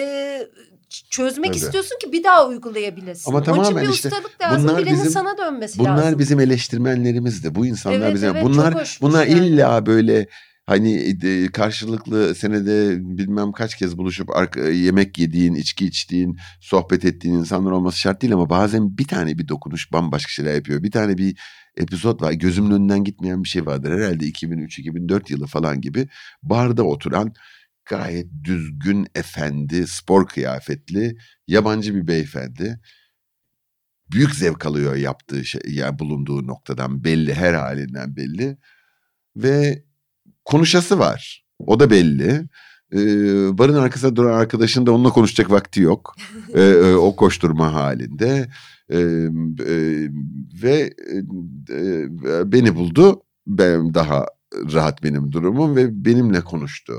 Speaker 1: çözmek istiyorsun ki bir daha uygulayabilesin.
Speaker 2: Ama tamamen
Speaker 1: onun için bir
Speaker 2: işte
Speaker 1: ustalık lazım. Birinin sana dönmesi lazım.
Speaker 2: Bunlar bizim eleştirmenlerimiz de. Bu insanlar bizim. Bunlar illa böyle hani karşılıklı senede bilmem kaç kez buluşup yemek yediğin, içki içtiğin, sohbet ettiğin insanlar olması şart değil ama bazen bir dokunuş bambaşka şeyler yapıyor. Bir tane bir epizod var. Gözümün önünden gitmeyen bir şey vardır. Herhalde 2003-2004 yılı falan gibi barda oturan gayet düzgün efendi, spor kıyafetli, yabancı bir beyefendi. Büyük zevk alıyor yaptığı şey, yani bulunduğu noktadan belli, her halinden belli. Ve konuşası var. O da belli. Barın arkasında duran arkadaşın da onunla konuşacak vakti yok. O koşturma halinde. Ve beni buldu. Ben daha rahat benim durumum ve benimle konuştu.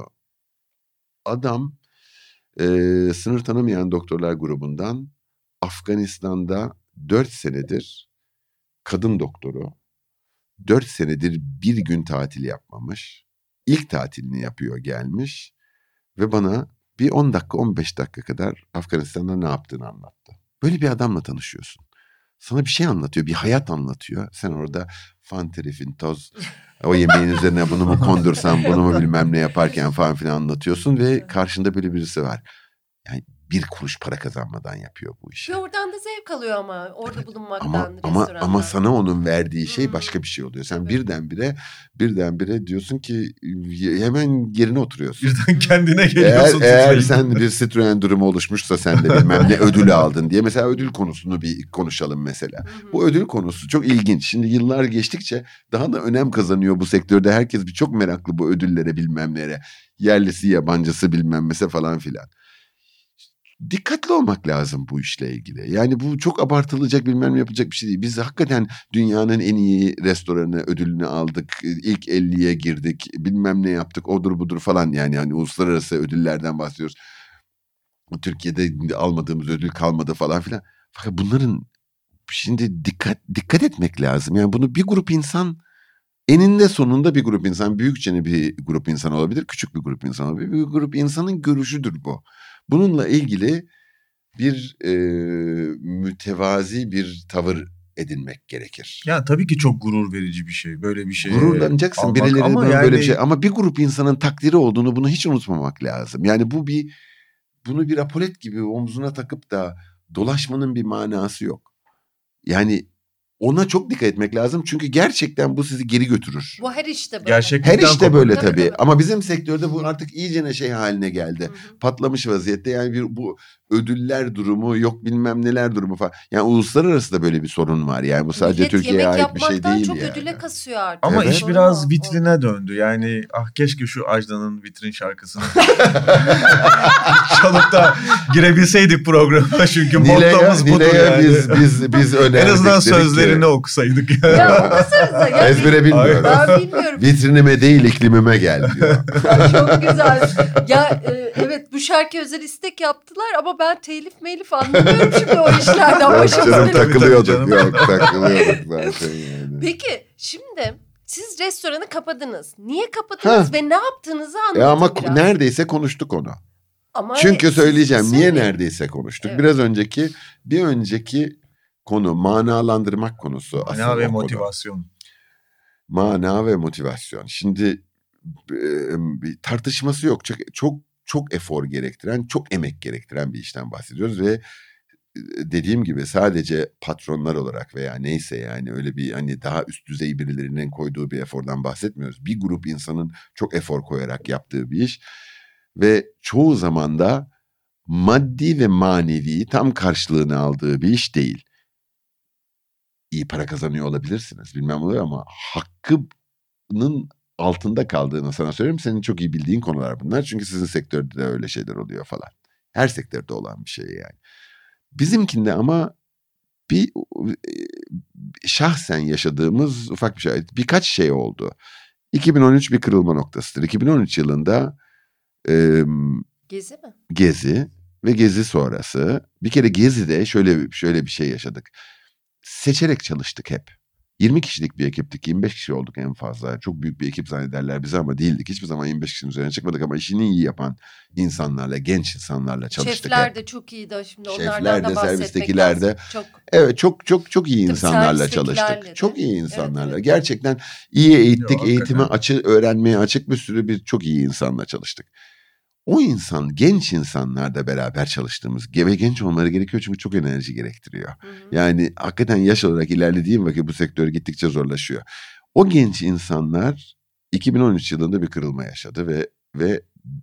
Speaker 2: Adam sınır tanımayan doktorlar grubundan Afganistan'da 4 senedir kadın doktoru. 4 senedir bir gün tatil yapmamış. İlk tatilini yapıyor gelmiş ve bana bir 10 dakika 15 dakika kadar Afganistan'da ne yaptığını anlattı. Böyle bir adamla tanışıyorsun. Sana bir şey anlatıyor, bir hayat anlatıyor. Sen orada fanteri, fintoz, o yemeğin üzerine bunu mu kondursan, bunu mu bilmem ne yaparken falan filan anlatıyorsun ve karşında böyle birisi var. Yani bir kuruş para kazanmadan yapıyor bu işi.
Speaker 1: Ve oradan da zevk alıyor ama orada bulunmaktan,
Speaker 2: ama sana onun verdiği şey başka bir şey oluyor. Sen birdenbire diyorsun ki hemen yerine oturuyorsun.
Speaker 3: Birden kendine geliyorsun.
Speaker 2: Eğer sen bir Citroen durumu oluşmuşsa sen de bilmem ne ödülü aldın diye. Mesela ödül konusunu bir konuşalım mesela. Bu ödül konusu çok ilginç. Şimdi yıllar geçtikçe daha da önem kazanıyor bu sektörde. Herkes çok meraklı bu ödüllere bilmem nere. Yerlisi yabancısı bilmem mesela falan filan. Dikkatli olmak lazım bu işle ilgili. Yani bu çok abartılacak bilmem ne yapılacak bir şey değil. Biz hakikaten dünyanın en iyi restoranı ödülünü aldık. İlk 50'ye girdik. Bilmem ne yaptık. Odur budur falan yani. Hani uluslararası ödüllerden bahsediyoruz. Türkiye'de almadığımız ödül kalmadı falan filan. Fakat bunların şimdi dikkat etmek lazım. Yani bunu bir grup insan eninde sonunda bir grup insan, büyükçe bir grup insan olabilir, küçük bir grup insan olabilir. Bir grup insanın görüşüdür bu. Bununla ilgili bir mütevazi bir tavır edinmek gerekir.
Speaker 3: Ya tabii ki çok gurur verici bir şey. Böyle bir şey.
Speaker 2: Gururlanacaksın birileri böyle bir şey. Ama bir grup insanın takdiri olduğunu bunu hiç unutmamak lazım. Yani bunu bir apolet gibi omzuna takıp da dolaşmanın bir manası yok. Yani ona çok dikkat etmek lazım. Çünkü gerçekten bu sizi geri götürür.
Speaker 1: Bu her işte böyle.
Speaker 2: Her işte böyle tabii. Ama bizim sektörde bu artık iyicene şey haline geldi. Patlamış vaziyette. Yani bu ödüller durumu, yok bilmem neler durumu falan. Yani uluslararası da böyle bir sorun var. Yani bu sadece
Speaker 1: Millet
Speaker 2: Türkiye'ye
Speaker 1: yemek
Speaker 2: ait bir şey
Speaker 1: yapmaktan
Speaker 2: değil
Speaker 1: çok
Speaker 2: yani.
Speaker 1: ödüle kasıyor artık.
Speaker 3: Ama
Speaker 2: Evet.
Speaker 3: iş biraz vitrine döndü. Yani keşke şu Ajda'nın vitrin şarkısını çalıp da girebilseydik programa. Çünkü mottomuz budur
Speaker 2: Nile'ye
Speaker 3: yani.
Speaker 2: biz önerdik.
Speaker 3: En azından
Speaker 2: dedik ki,
Speaker 3: sözlerini okusaydık.
Speaker 1: Ya okusanıza. Yani
Speaker 2: ezbere bilmiyorum.
Speaker 1: ben bilmiyorum.
Speaker 2: Vitrinime değil iklimime gel diyor.
Speaker 1: Ay, çok güzel. Ya evet, bu şarkı özel istek yaptılar ama ben telif anlamıyorum şimdi o işlerden.
Speaker 2: Yok
Speaker 1: Başımıza
Speaker 2: canım
Speaker 1: ne-
Speaker 2: takılıyorduk.
Speaker 3: canım.
Speaker 2: Yok takılıyorduk zaten yani.
Speaker 1: Peki şimdi siz restoranı kapadınız. Niye kapadınız
Speaker 2: Ha.
Speaker 1: ve ne yaptığınızı anlatın
Speaker 2: Ama
Speaker 1: biraz.
Speaker 2: neredeyse konuştuk onu.
Speaker 1: Ama
Speaker 2: Çünkü söyleyeceğim
Speaker 1: siz
Speaker 2: niye
Speaker 1: söyleyin.
Speaker 2: neredeyse konuştuk.
Speaker 1: Evet.
Speaker 2: Bir önceki konu manalandırmak konusu.
Speaker 3: Mana
Speaker 2: asıl
Speaker 3: ve
Speaker 2: o konu.
Speaker 3: motivasyon.
Speaker 2: Mana ve motivasyon. Şimdi bir tartışması yok. Çok efor gerektiren, çok emek gerektiren bir işten bahsediyoruz ve dediğim gibi sadece patronlar olarak veya neyse yani öyle bir hani daha üst düzey birilerinin koyduğu bir efordan bahsetmiyoruz. Bir grup insanın çok efor koyarak yaptığı bir iş ve çoğu zaman da maddi ve manevi tam karşılığını aldığı bir iş değil. İyi para kazanıyor olabilirsiniz bilmem ne ama hakkının altında kaldığını sana söyleyeyim. Senin çok iyi bildiğin konular bunlar. Çünkü sizin sektörde de öyle şeyler oluyor falan. Her sektörde olan bir şey yani. Bizimkinde ama bir şahsen yaşadığımız ufak bir şey. Birkaç şey oldu. 2013 bir kırılma noktasıdır. 2013 yılında
Speaker 1: Gezi mi?
Speaker 2: Gezi ve Gezi sonrası bir kere Gezi'de şöyle bir şey yaşadık. Seçerek çalıştık hep. 20 kişilik bir ekiptik. 25 kişi olduk en fazla. Çok büyük bir ekip zannederler bizi ama değildik. Hiçbir zaman 25 kişinin üzerine çıkmadık ama işini iyi yapan insanlarla, genç insanlarla çalıştık.
Speaker 1: Şefler
Speaker 2: hep.
Speaker 1: de çok iyiydi. Şimdi
Speaker 2: Şefler
Speaker 1: onlardan
Speaker 2: de,
Speaker 1: da bahsetmek
Speaker 2: servistekiler
Speaker 1: lazım.
Speaker 2: de.
Speaker 1: Çok.
Speaker 2: Evet çok iyi
Speaker 1: Tabii
Speaker 2: insanlarla
Speaker 1: servistekilerle
Speaker 2: çalıştık.
Speaker 1: de.
Speaker 2: Çok iyi insanlarla.
Speaker 1: Evet.
Speaker 2: Gerçekten iyi eğittik.
Speaker 3: Yok,
Speaker 2: Eğitime
Speaker 3: hakikaten.
Speaker 2: öğrenmeye açık bir sürü çok iyi insanla çalıştık. O genç insanlarla beraber çalıştığımız ve genç olmaları gerekiyor çünkü çok enerji gerektiriyor.
Speaker 1: Hı hı.
Speaker 2: Yani hakikaten yaş olarak ilerlediğim vakit bu sektör gittikçe zorlaşıyor. O genç insanlar 2013 yılında bir kırılma yaşadı ve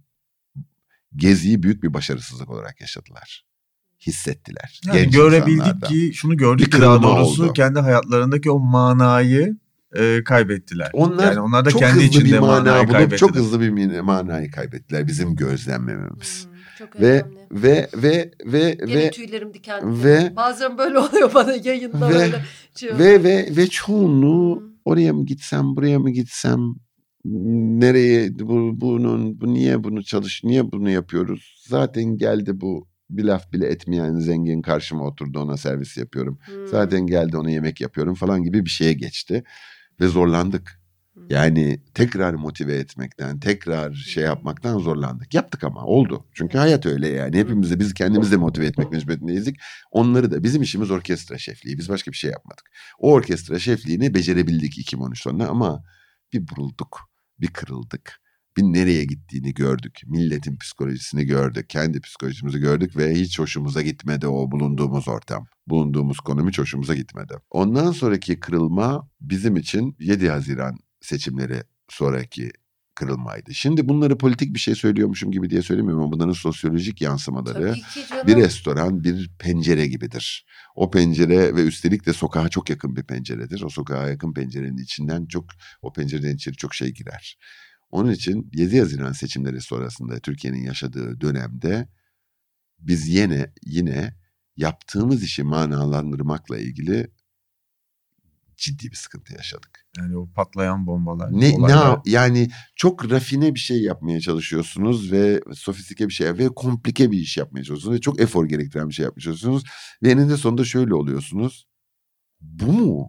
Speaker 2: Gezi'yi büyük bir başarısızlık olarak yaşadılar. Hissettiler.
Speaker 3: Yani
Speaker 2: Genç
Speaker 3: görebildik
Speaker 2: insanlardan.
Speaker 3: ki şunu gördük
Speaker 2: Bir
Speaker 3: ki daha
Speaker 2: kırılma
Speaker 3: doğrusu
Speaker 2: oldu.
Speaker 3: kendi hayatlarındaki o manayı kaybettiler.
Speaker 2: Onlar
Speaker 3: yani onlar da
Speaker 2: çok
Speaker 3: kendi
Speaker 2: hızlı bir
Speaker 3: içinde
Speaker 2: mana
Speaker 3: manayı
Speaker 2: bulup
Speaker 3: kaybettiler.
Speaker 2: çok hızlı bir manayı kaybettiler bizim gözlemlememiz.
Speaker 1: Çok
Speaker 2: Ve
Speaker 1: önemli. Gene tüylerim diken diken. Bazen böyle oluyor bana yayında böyle.
Speaker 2: Ve çoğunluğu oraya mı gitsem buraya mı gitsem nereye bu niye niye bunu yapıyoruz? Zaten geldi bu bir laf bile etmeyen zengin karşıma oturdu ona servis yapıyorum. Zaten geldi ona yemek yapıyorum falan gibi bir şeye geçti ve zorlandık. Yani tekrar motive etmekten, tekrar şey yapmaktan zorlandık. Yaptık ama oldu. Çünkü hayat öyle yani. Hepimiz biz kendimizi de motive etmek mecburiyetindeydik. Onları da bizim işimiz orkestra şefliği. Biz başka bir şey yapmadık. O orkestra şefliğini becerebildik 2013 sonra ama bir burulduk, bir kırıldık. Bir nereye gittiğini gördük. Milletin psikolojisini gördük. Kendi psikolojimizi gördük ve hiç hoşumuza gitmedi o bulunduğumuz ortam. Bulunduğumuz konum hiç hoşumuza gitmedi. Ondan sonraki kırılma bizim için 7 Haziran seçimleri sonraki kırılmaydı. Şimdi bunları politik bir şey söylüyormuşum gibi diye söylemiyorum ama bunların sosyolojik yansımaları bir restoran bir pencere gibidir. O pencere ve üstelik de sokağa çok yakın bir penceredir. O sokağa yakın pencerenin içinden o pencereden içeri çok şey girer. Onun için 7 Haziran seçimleri sonrasında Türkiye'nin yaşadığı dönemde biz yine yaptığımız işi manalandırmakla ilgili ciddi bir sıkıntı yaşadık.
Speaker 3: Yani o patlayan bombalar.
Speaker 2: Yani çok rafine bir şey yapmaya çalışıyorsunuz ve sofistike bir şey ve komplike bir iş yapmaya çalışıyorsunuz ve çok efor gerektiren bir şey yapmaya çalışıyorsunuz ve eninde sonunda şöyle oluyorsunuz. Bu mu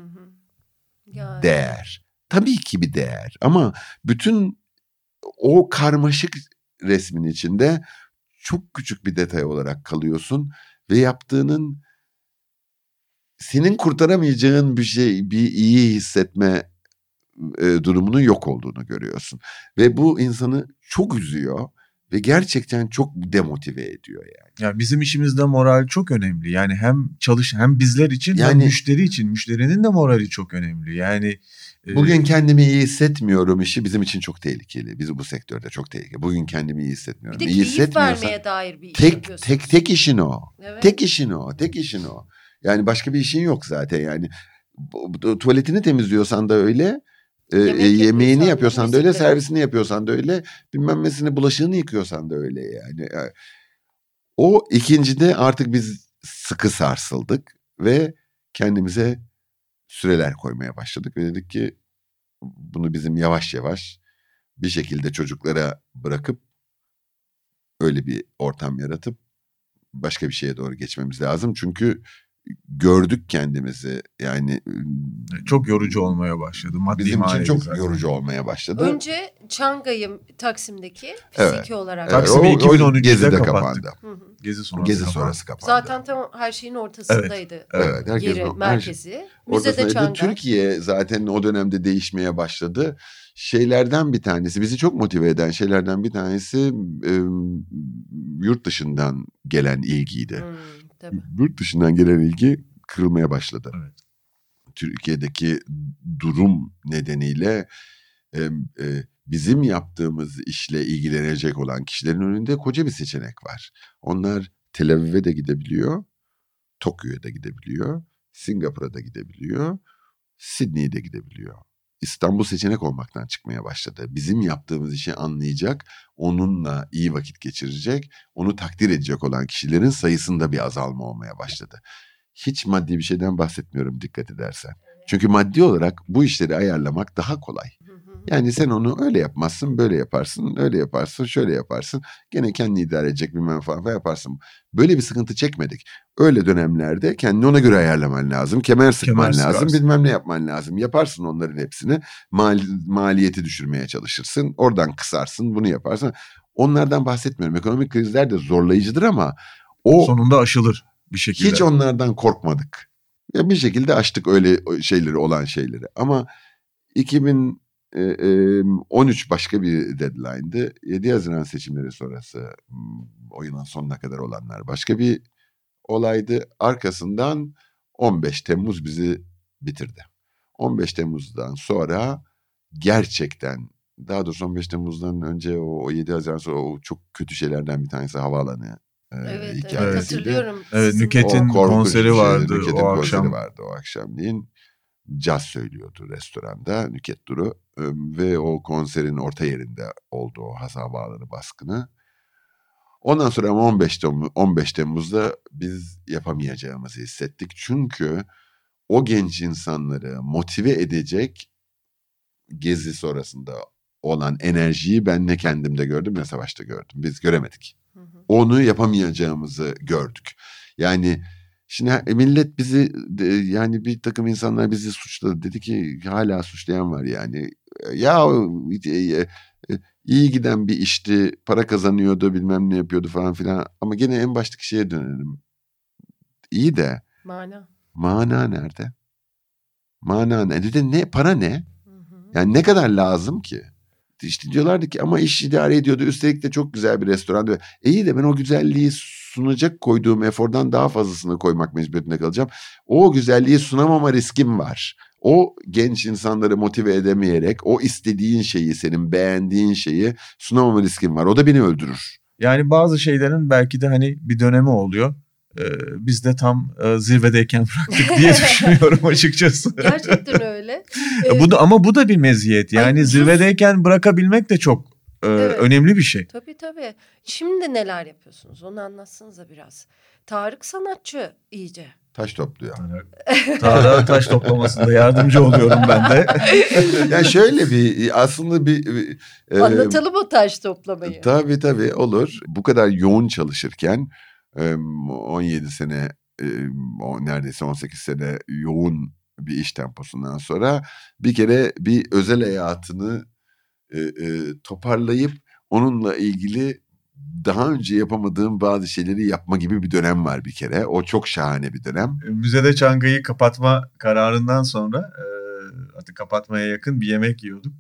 Speaker 1: Yani.
Speaker 2: değer? Tabii ki bir değer ama bütün o karmaşık resmin içinde çok küçük bir detay olarak kalıyorsun ve yaptığının senin kurtaramayacağın bir iyi hissetme durumunun yok olduğunu görüyorsun. Ve bu insanı çok üzüyor ve gerçekten çok demotive ediyor yani.
Speaker 3: Ya bizim işimizde moral çok önemli. Yani hem bizler için hem müşteri için. Müşterinin de morali çok önemli. Yani
Speaker 2: Bugün kendimi iyi hissetmiyorum işi bizim için çok tehlikeli. Biz bu sektörde çok tehlikeli. Bugün kendimi iyi hissetmiyorum.
Speaker 1: Bir de
Speaker 2: İyi
Speaker 1: keyif
Speaker 2: hissetmiyorsan
Speaker 1: vermeye dair bir iş yapıyorsunuz.
Speaker 2: tek işin o.
Speaker 1: Evet.
Speaker 2: Tek işin o. Yani başka bir işin yok zaten yani. Tuvaletini temizliyorsan da öyle. Yemeğini yapıyorsan da öyle, servisini yapıyorsan da öyle, bilmem nesini, bulaşığını yıkıyorsan da öyle yani. O ikincide artık biz sıkı sarsıldık ve kendimize süreler koymaya başladık ve dedik ki bunu bizim yavaş yavaş bir şekilde çocuklara bırakıp öyle bir ortam yaratıp başka bir şeye doğru geçmemiz lazım. Çünkü gördük kendimizi yani.
Speaker 3: Çok yorucu olmaya başladı. Maddi
Speaker 2: bizim için çok
Speaker 3: zaten
Speaker 2: yorucu olmaya başladı.
Speaker 1: Önce Çankayı Taksim'deki fiziki olarak.
Speaker 3: Taksim'i 2013'de
Speaker 2: Gezi'de
Speaker 3: kapattık.
Speaker 1: Hı.
Speaker 3: Gezi
Speaker 2: sonrası kapandı.
Speaker 1: Zaten tam her şeyin ortasındaydı.
Speaker 2: Evet, herkes
Speaker 1: yeri, merkezi. Müzede Çanga.
Speaker 2: Türkiye zaten o dönemde değişmeye başladı. Şeylerden bir tanesi, bizi çok motive eden şeylerden bir tanesi yurt dışından gelen ilgiydi.
Speaker 1: Tabii.
Speaker 2: Yurt dışından gelen ilgi kırılmaya başladı.
Speaker 3: Evet.
Speaker 2: Türkiye'deki durum nedeniyle bizim yaptığımız işle ilgilenecek olan kişilerin önünde koca bir seçenek var. Onlar Tel Aviv'e de gidebiliyor, Tokyo'ya da gidebiliyor, Singapur'a da gidebiliyor, Sydney'e de gidebiliyor. İstanbul seçenek olmaktan çıkmaya başladı. Bizim yaptığımız işi anlayacak, onunla iyi vakit geçirecek, onu takdir edecek olan kişilerin sayısında bir azalma olmaya başladı. Hiç maddi bir şeyden bahsetmiyorum dikkat edersen. Çünkü maddi olarak bu işleri ayarlamak daha kolay. Yani sen onu öyle yapmazsın, böyle yaparsın, öyle yaparsın, şöyle yaparsın. Gene kendini idare edecek bilmem falan yaparsın. Böyle bir sıkıntı çekmedik. Öyle dönemlerde kendini ona göre ayarlaman lazım. Kemer sıkman lazım, bilmem ne yapman lazım. Yaparsın onların hepsini. Maliyeti düşürmeye çalışırsın. Oradan kısarsın, bunu yaparsın. Onlardan bahsetmiyorum. Ekonomik krizler de zorlayıcıdır ama o
Speaker 3: sonunda aşılır bir şekilde.
Speaker 2: Hiç onlardan korkmadık. Ya bir şekilde aştık öyle şeyleri, olan şeyleri. Ama 2013 başka bir deadline'dı. 7 Haziran seçimleri sonrası o yılın sonuna kadar olanlar başka bir olaydı. Arkasından 15 Temmuz bizi bitirdi. 15 Temmuz'dan sonra gerçekten, daha doğrusu 15 Temmuz'dan önce o 7 Haziran sonra o çok kötü şeylerden bir tanesi havaalanı
Speaker 1: Evet, hatırlıyorum.
Speaker 3: Evet, Nüket'in konseri vardı o akşam.
Speaker 2: O akşamleyin caz söylüyordu restoranda Nüket Duru ve o konserin orta yerinde oldu o havaalanı baskını. Ondan sonra 15 Temmuz'da biz yapamayacağımızı hissettik. Çünkü o genç insanları motive edecek Gezi sonrasında olan enerjiyi ben ne kendimde gördüm ne Savaş'ta gördüm. Biz göremedik. Onu yapamayacağımızı gördük. Yani şimdi millet bizi, yani bir takım insanlar bizi suçladı. Dedi ki hala suçlayan var yani. Ya iyi giden bir işti, para kazanıyordu, bilmem ne yapıyordu falan filan. Ama gene en baştaki şeye dönelim. İyi de mana nerede? Mana nerede? Ne? Para ne? Yani ne kadar lazım ki? İşte diyorlardı ki ama iş idare ediyordu. Üstelik de çok güzel bir restoran. İyi de ben o güzelliği sunacak koyduğum efordan daha fazlasını koymak mecburiyetinde kalacağım. O güzelliği sunamama riskim var. O genç insanları motive edemeyerek o istediğin şeyi, senin beğendiğin şeyi sunamama riskim var. O da beni öldürür.
Speaker 3: Yani bazı şeylerin belki de hani bir dönemi oluyor. Biz de tam zirvedeyken bıraktık diye düşünüyorum açıkçası.
Speaker 1: Gerçekten öyle.
Speaker 3: Ama bu da bir meziyet. Yani zirvedeyken bırakabilmek de çok önemli bir şey.
Speaker 1: Tabii. Şimdi neler yapıyorsunuz? Onu anlatsanıza biraz. Tarık sanatçı iyice.
Speaker 2: Taş topluyor.
Speaker 3: Tarık'a taş toplamasında yardımcı oluyorum ben de.
Speaker 2: Yani şöyle bir aslında bir
Speaker 1: anlatalım o taş toplamayı.
Speaker 2: Tabii olur. Bu kadar yoğun çalışırken 17 sene neredeyse 18 sene yoğun bir iş temposundan sonra bir kere bir özel hayatını toparlayıp onunla ilgili daha önce yapamadığım bazı şeyleri yapma gibi bir dönem var bir kere. O çok şahane bir dönem.
Speaker 3: Müzede Çanga'yı kapatma kararından sonra artık kapatmaya yakın bir yemek yiyorduk.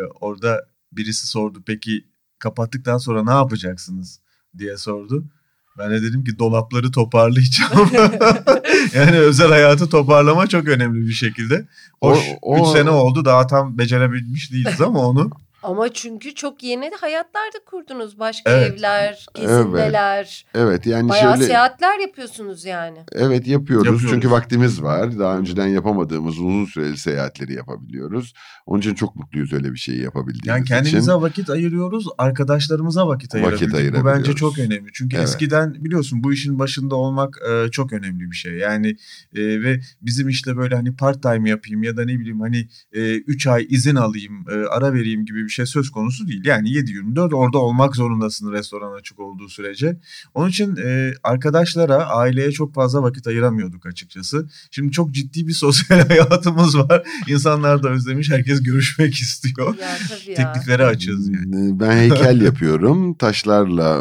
Speaker 3: Orada birisi sordu, peki kapattıktan sonra ne yapacaksınız diye sordu. Ben de dedim ki dolapları toparlayacağım. Yani özel hayatı toparlama çok önemli bir şekilde. Hoş 3 sene oldu, daha tam becerebilmiş değiliz ama onu.
Speaker 1: Ama çünkü çok yeni hayatlar da kurdunuz. Başka
Speaker 3: Evet.
Speaker 1: evler, gezinmeler.
Speaker 2: Evet yani
Speaker 1: Bayağı
Speaker 2: şöyle.
Speaker 1: seyahatler yapıyorsunuz yani.
Speaker 2: Evet yapıyoruz.
Speaker 3: Yapıyoruz.
Speaker 2: Çünkü vaktimiz var. Daha önceden yapamadığımız uzun süreli seyahatleri yapabiliyoruz. Onun için çok mutluyuz öyle bir şeyi yapabildiğimiz
Speaker 3: Yani
Speaker 2: için.
Speaker 3: kendimize vakit ayırıyoruz, arkadaşlarımıza vakit ayırabildik. Bu
Speaker 2: ayırabiliyoruz.
Speaker 3: bence çok önemli. Çünkü
Speaker 2: Evet.
Speaker 3: eskiden biliyorsun bu işin başında olmak çok önemli bir şey. Yani ve bizim işte böyle hani part time yapayım ya da ne bileyim hani 3 ay izin alayım, ara vereyim gibi bir şey söz konusu değil. Yani 7/24 orada olmak zorundasın restoran açık olduğu sürece. Onun için arkadaşlara, aileye çok fazla vakit ayıramıyorduk açıkçası. Şimdi çok ciddi bir sosyal hayatımız var. İnsanlar da özlemiş, herkes görüşmek istiyor.
Speaker 1: Ya tabii ya.
Speaker 3: Teklifleri açığız yani.
Speaker 2: Ben heykel yapıyorum. Taşlarla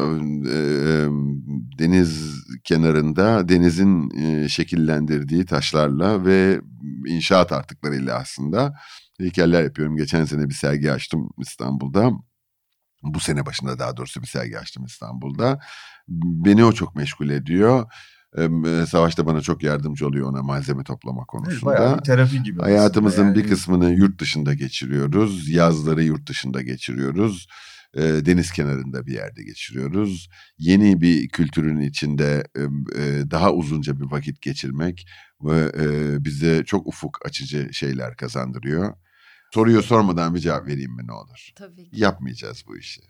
Speaker 2: deniz kenarında denizin şekillendirdiği taşlarla ve inşaat artıklarıyla aslında heykeller yapıyorum. Geçen sene bir sergi açtım İstanbul'da. Bu sene başında daha doğrusu bir sergi açtım İstanbul'da. Beni o çok meşgul ediyor. Savaş da bana çok yardımcı oluyor ona malzeme toplama konusunda.
Speaker 3: Bayağı bir terapi gibi.
Speaker 2: Hayatımızın
Speaker 3: yani.
Speaker 2: bir kısmını yurt dışında geçiriyoruz. Yazları yurt dışında geçiriyoruz. Deniz kenarında bir yerde geçiriyoruz. Yeni bir kültürün içinde daha uzunca bir vakit geçirmek ve bize çok ufuk açıcı şeyler kazandırıyor. Soruyu sormadan bir cevap vereyim mi ne olur?
Speaker 1: Tabii ki.
Speaker 2: Yapmayacağız bu işi.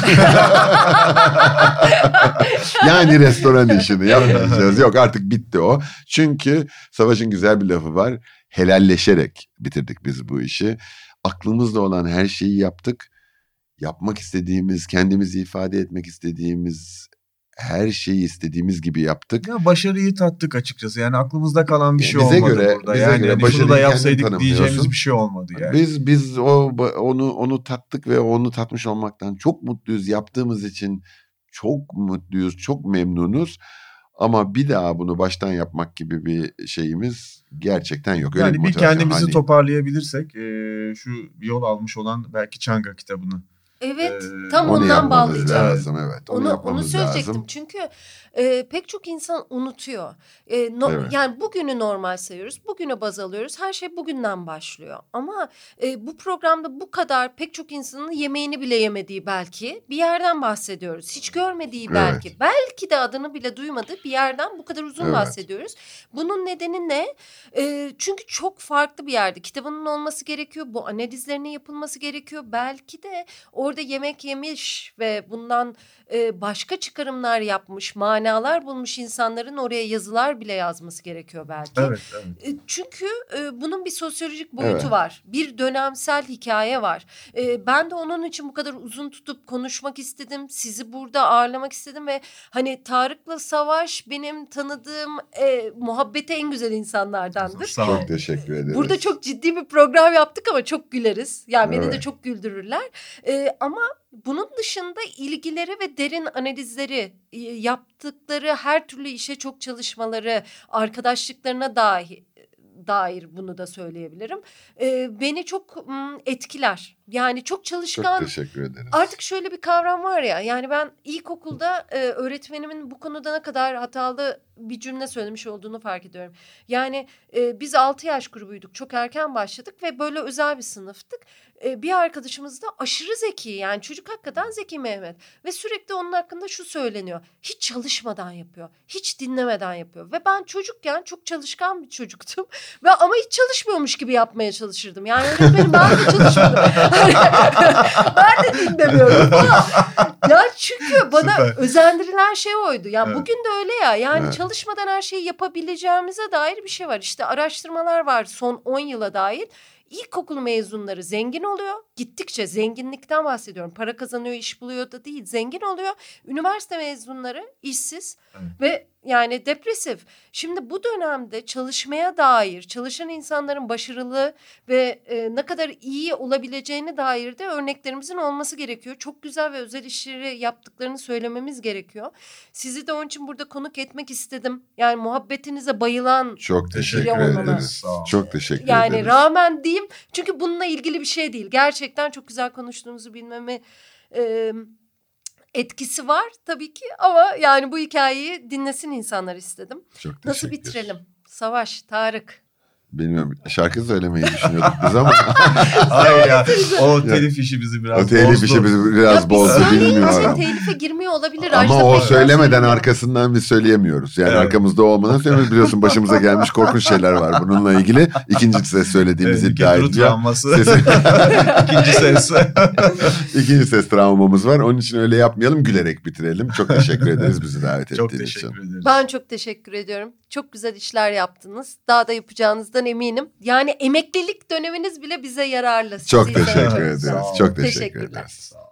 Speaker 2: Yani restoran işini yapmayacağız. Yok artık bitti o. Çünkü Savaş'ın güzel bir lafı var. Helalleşerek bitirdik biz bu işi. Aklımızda olan her şeyi yaptık. Yapmak istediğimiz, kendimizi ifade etmek istediğimiz her şeyi istediğimiz gibi yaptık.
Speaker 3: Ya başarıyı tattık açıkçası. Yani aklımızda kalan bir şey
Speaker 2: Bize
Speaker 3: olmadı
Speaker 2: göre-
Speaker 3: burada.
Speaker 2: bize
Speaker 3: Yani
Speaker 2: göre
Speaker 3: hani
Speaker 2: başarıyı
Speaker 3: şunu da
Speaker 2: kendin
Speaker 3: yapsaydık
Speaker 2: tanımlıyorsun.
Speaker 3: diyeceğimiz bir şey olmadı yani.
Speaker 2: Biz onu tattık ve onu tatmış olmaktan çok mutluyuz. Yaptığımız için çok mutluyuz, çok memnunuz. Ama bir daha bunu baştan yapmak gibi bir şeyimiz gerçekten yok. Öyle
Speaker 3: Yani bir
Speaker 2: motivasyon.
Speaker 3: kendimizi
Speaker 2: Hani-
Speaker 3: toparlayabilirsek şu yol almış olan belki Çanga kitabını.
Speaker 1: Evet, tam
Speaker 2: Onu
Speaker 1: ondan
Speaker 2: yapmamız
Speaker 1: bağlayacağım.
Speaker 2: lazım, evet. Onu
Speaker 1: Onu
Speaker 2: yapmamız
Speaker 1: söyleyecektim
Speaker 2: lazım.
Speaker 1: çünkü pek çok insan unutuyor.
Speaker 2: Evet.
Speaker 1: Yani bugünü normal sayıyoruz, bugünü baz alıyoruz. Her şey bugünden başlıyor. Ama bu programda bu kadar pek çok insanın yemeğini bile yemediği belki bir yerden bahsediyoruz. Hiç görmediği belki, belki de adını bile duymadığı bir yerden bu kadar uzun
Speaker 2: Evet.
Speaker 1: bahsediyoruz. Bunun nedeni ne? Çünkü çok farklı bir yerde. Kitabının olması gerekiyor, bu analizlerinin yapılması gerekiyor. Belki de orada yemek yemiş ve bundan başka çıkarımlar yapmış, manalar bulmuş insanların oraya yazılar bile yazması gerekiyor belki.
Speaker 3: Evet, evet.
Speaker 1: Çünkü bunun bir sosyolojik boyutu
Speaker 2: Evet.
Speaker 1: var. Bir dönemsel hikaye var. Ben de onun için bu kadar uzun tutup konuşmak istedim. Sizi burada ağırlamak istedim ve hani Tarık'la Savaş benim tanıdığım muhabbete en güzel insanlardandır.
Speaker 3: Sağ ol.
Speaker 2: Çok teşekkür ederiz.
Speaker 1: Burada çok ciddi bir program yaptık ama çok güleriz. Yani beni de
Speaker 2: Evet.
Speaker 1: çok güldürürler. Ama bunun dışında ilgileri ve derin analizleri, yaptıkları her türlü işe çok çalışmaları, arkadaşlıklarına dair bunu da söyleyebilirim. Beni çok etkiler. Yani çok
Speaker 2: Çok
Speaker 1: çalışkan.
Speaker 2: teşekkür ederiz.
Speaker 1: Artık şöyle bir kavram var ya, yani ben ilkokulda öğretmenimin bu konuda ne kadar hatalı bir cümle söylemiş olduğunu fark ediyorum. Yani biz 6 yaş grubuyduk, çok erken başladık ve böyle özel bir sınıftık. Bir arkadaşımız da aşırı zeki, yani çocuk hakikaten zeki Mehmet ve sürekli onun hakkında şu söyleniyor: hiç çalışmadan yapıyor, hiç dinlemeden yapıyor ve ben çocukken çok çalışkan bir çocuktum ve ama hiç çalışmıyormuş gibi yapmaya çalışırdım. Yani öğretmenim ben de çalışmadım. Ben de dinlemiyorum falan. Ya çünkü bana
Speaker 3: Süper.
Speaker 1: özendirilen şey oydu. Yani
Speaker 3: Evet.
Speaker 1: bugün de öyle ya. Yani
Speaker 2: Evet.
Speaker 1: çalışmadan her şeyi yapabileceğimize dair bir şey var. İşte araştırmalar var son 10 yıla dair. İlkokul mezunları zengin oluyor. Gittikçe zenginlikten bahsediyorum. Para kazanıyor, iş buluyor da değil. Zengin oluyor. Üniversite mezunları işsiz ve yani depresif. Şimdi bu dönemde çalışmaya dair, çalışan insanların başarılı ve ne kadar iyi olabileceğine dair de örneklerimizin olması gerekiyor. Çok güzel ve özel işleri yaptıklarını söylememiz gerekiyor. Sizi de onun için burada konuk etmek istedim. Yani muhabbetinize bayılan,
Speaker 2: Çok teşekkür
Speaker 1: Biri olmalı.
Speaker 2: ederiz.
Speaker 3: Sağ ol.
Speaker 2: Çok teşekkür
Speaker 1: yani
Speaker 2: ederiz.
Speaker 1: rağmen diyeyim, çünkü bununla ilgili bir şey değil. Gerçekten çok güzel konuştuğumuzu bilmemi etkisi var tabii ki ama yani bu hikayeyi dinlesin insanlar istedim.
Speaker 2: Çok
Speaker 1: Nasıl
Speaker 2: teşekkür.
Speaker 1: bitirelim? Savaş, Tarık.
Speaker 2: Bilmiyorum, şarkı söylemeyi düşünüyorduk biz ama
Speaker 3: Hayır ya, o telif işi bizi biraz
Speaker 2: o telif
Speaker 3: bozdu.
Speaker 2: işi bizi biraz
Speaker 1: Ya
Speaker 2: bozdu,
Speaker 1: biz söyleyince
Speaker 2: bilmiyorum.
Speaker 1: telife girmiyor olabilir.
Speaker 2: Ama
Speaker 1: Ajda
Speaker 2: o
Speaker 1: Pekkan
Speaker 2: söylemeden
Speaker 1: söylemiyor.
Speaker 2: arkasından biz söyleyemiyoruz. Yani
Speaker 3: Evet.
Speaker 2: arkamızda olmadan söylemiyoruz. Biliyorsun başımıza gelmiş korkunç şeyler var bununla ilgili. İkinci ses söylediğimiz
Speaker 3: Bir
Speaker 2: iddia
Speaker 3: kere Duru
Speaker 2: ediliyor.
Speaker 3: travması.
Speaker 2: Sesi-
Speaker 3: İkinci ses.
Speaker 2: İkinci ses travmamız var. Onun için öyle yapmayalım, gülerek bitirelim. Çok teşekkür ederiz bizi davet
Speaker 3: Çok
Speaker 2: ettiğiniz için.
Speaker 3: teşekkür ederiz.
Speaker 1: Ben çok teşekkür ediyorum. Çok güzel işler yaptınız. Daha da yapacağınızdan eminim. Yani emeklilik döneminiz bile bize yararlı. Sizi
Speaker 2: Çok
Speaker 1: izlemek
Speaker 2: teşekkür
Speaker 1: çok
Speaker 2: ederiz.
Speaker 1: güzel.
Speaker 2: Çok teşekkür
Speaker 1: Teşekkürler.
Speaker 2: ederiz.
Speaker 3: Sağ ol.